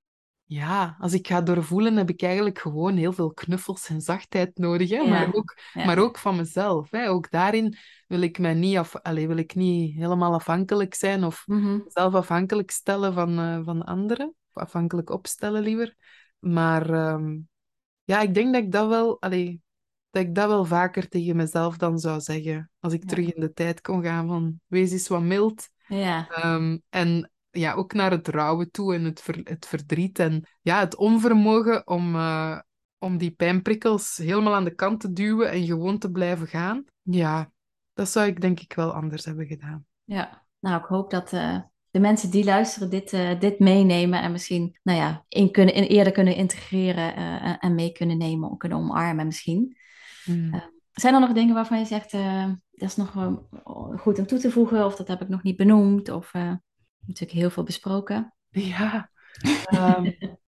Ja, als ik ga doorvoelen, heb ik eigenlijk gewoon heel veel knuffels en zachtheid nodig. Hè? Maar Ja. ook, maar Ja. ook van mezelf. Hè? Ook daarin wil ik mij niet, af, allee, wil ik niet helemaal afhankelijk zijn of Mhm. zelf afhankelijk stellen van, eh, van anderen. Of afhankelijk opstellen liever. Maar ehm, ja, ik denk dat ik dat wel, allee, dat ik dat wel vaker tegen mezelf dan zou zeggen. Als ik Ja. terug in de tijd kon gaan van wees eens wat mild. Ja. Ehm, en ja, ook naar het rouwen toe en het, ver- het verdriet en ja, het onvermogen om, eh, om die pijnprikkels helemaal aan de kant te duwen en gewoon te blijven gaan. Ja, dat zou ik denk ik wel anders hebben gedaan. Ja. Nou, ik hoop dat eh, de mensen die luisteren dit, eh, dit meenemen en misschien, nou ja, in kunnen, in eerder kunnen integreren eh, en en mee kunnen nemen, kunnen omarmen misschien. Hmm. Eh, zijn er nog dingen waarvan je zegt, eh, dat is nog wel goed om toe te voegen, of dat heb ik nog niet benoemd, of eh, natuurlijk heel veel besproken. Ja, ehm,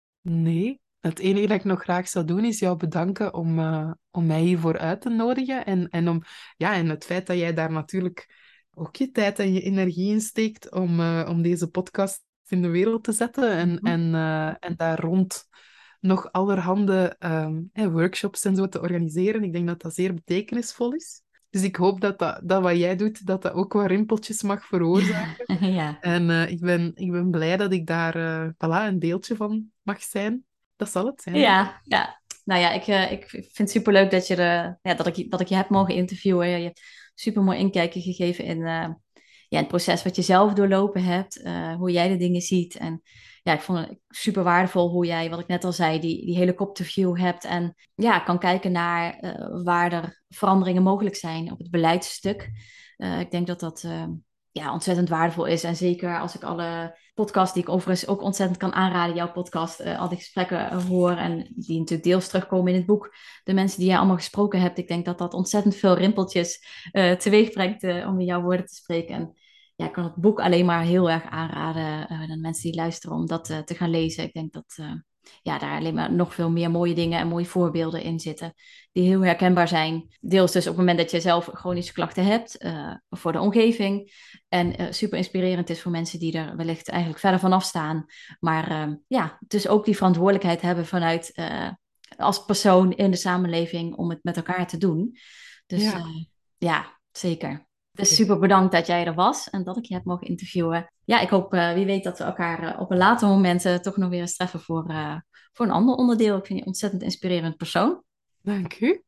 nee. Het enige dat ik nog graag zou doen is jou bedanken om, eh, om mij hiervoor uit te nodigen. En, en, om, ja, en het feit dat jij daar natuurlijk ook je tijd en je energie in steekt om, eh, om deze podcast in de wereld te zetten. En, Mhm. en, eh, en daar rond nog allerhande ehm, eh, workshops en zo te organiseren. Ik denk dat dat zeer betekenisvol is. Dus ik hoop dat, dat, dat wat jij doet, dat dat ook wat rimpeltjes mag veroorzaken. Ja. En eh, ik ben, ik ben blij dat ik daar eh, voilà, een deeltje van mag zijn. Dat zal het zijn, denk ik. Ja, ja. Nou ja, ik, eh, ik vind het superleuk dat, je de, ja, dat, ik, je- dat ik je heb mogen interviewen. Je hebt super mooi inkijkje gegeven in, eh, ja, het proces wat je zelf doorlopen hebt, eh, hoe jij de dingen ziet. En ja, ik vond het super waardevol hoe jij, wat ik net al zei, die, die helikopterview hebt. En ja, kan kijken naar eh, waar er veranderingen mogelijk zijn op het beleidsstuk. Eh, ik denk dat dat eh, ja, ontzettend waardevol is. En zeker als ik alle podcast die ik overigens ook ontzettend kan aanraden, jouw podcast, uh, al die gesprekken uh, hoor en die natuurlijk deels terugkomen in het boek. De mensen die jij allemaal gesproken hebt, ik denk dat dat ontzettend veel rimpeltjes uh, teweeg brengt uh, om in jouw woorden te spreken. En ja, ik kan het boek alleen maar heel erg aanraden uh, aan mensen die luisteren om dat uh, te gaan lezen. Ik denk dat uh, ja, daar alleen maar nog veel meer mooie dingen en mooie voorbeelden in zitten die heel herkenbaar zijn. Deels dus op het moment dat je zelf chronische klachten hebt, uh, voor de omgeving. En uh, super inspirerend is voor mensen die er wellicht eigenlijk verder vanaf staan. Maar uh, ja, dus ook die verantwoordelijkheid hebben vanuit uh, als persoon in de samenleving om het met elkaar te doen. Dus Ja, uh, ja, zeker. Dus super bedankt dat jij er was en dat ik je heb mogen interviewen. Ja, ik hoop, uh, wie weet, dat we elkaar uh, op een later moment uh, toch nog weer eens treffen voor, uh, voor een ander onderdeel. Ik vind je een ontzettend inspirerend persoon. dank u.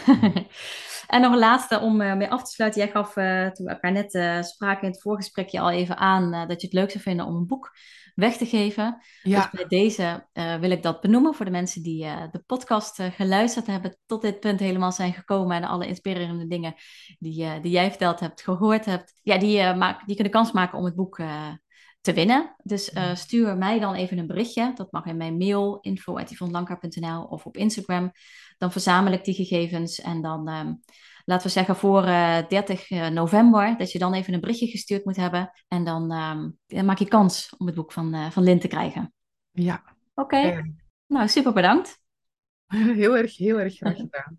En nog een laatste om uh, mee af te sluiten. Jij gaf uh, toen we elkaar net uh, spraken in het voorgesprekje al even aan uh, dat je het leuk zou vinden om een boek weg te geven. Ja. Dus bij deze uh, wil ik dat benoemen voor de mensen die uh, de podcast uh, geluisterd hebben, tot dit punt helemaal zijn gekomen en alle inspirerende dingen die, uh, die jij verteld hebt, gehoord hebt. Ja, die, uh, maak, die kunnen kans maken om het boek uh, te winnen. Dus uh, stuur mij dan even een berichtje. Dat mag in mijn mail, info at yvonnelankaar punt n l of op Instagram. Dan verzamel ik die gegevens en dan, um, laten we zeggen voor uh, dertig november, dat je dan even een berichtje gestuurd moet hebben. En dan, um, dan maak je kans om het boek van, uh, van Lynn te krijgen. Ja. Oké, okay. Ja. Nou super bedankt. Heel erg, heel erg graag gedaan.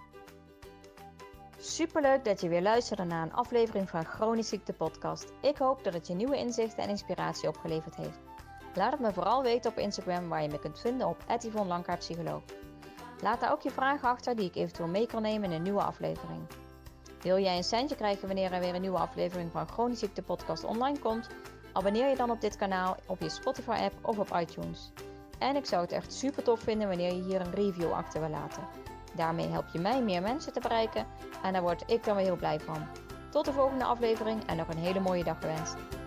Superleuk dat je weer luisterde naar een aflevering van Chronisch Ziekte Podcast. Ik hoop dat het je nieuwe inzichten en inspiratie opgeleverd heeft. Laat het me vooral weten op Instagram, waar je me kunt vinden op at yvonnelankaar psycholoog. Laat daar ook je vragen achter die ik eventueel mee kan nemen in een nieuwe aflevering. Wil jij een centje krijgen wanneer er weer een nieuwe aflevering van Chronisch Ziekte Podcast online komt? Abonneer je dan op dit kanaal op je Spotify app of op iTunes. En ik zou het echt super tof vinden wanneer je hier een review achter wil laten. Daarmee help je mij meer mensen te bereiken en daar word ik dan weer heel blij van. Tot de volgende aflevering en nog een hele mooie dag gewenst.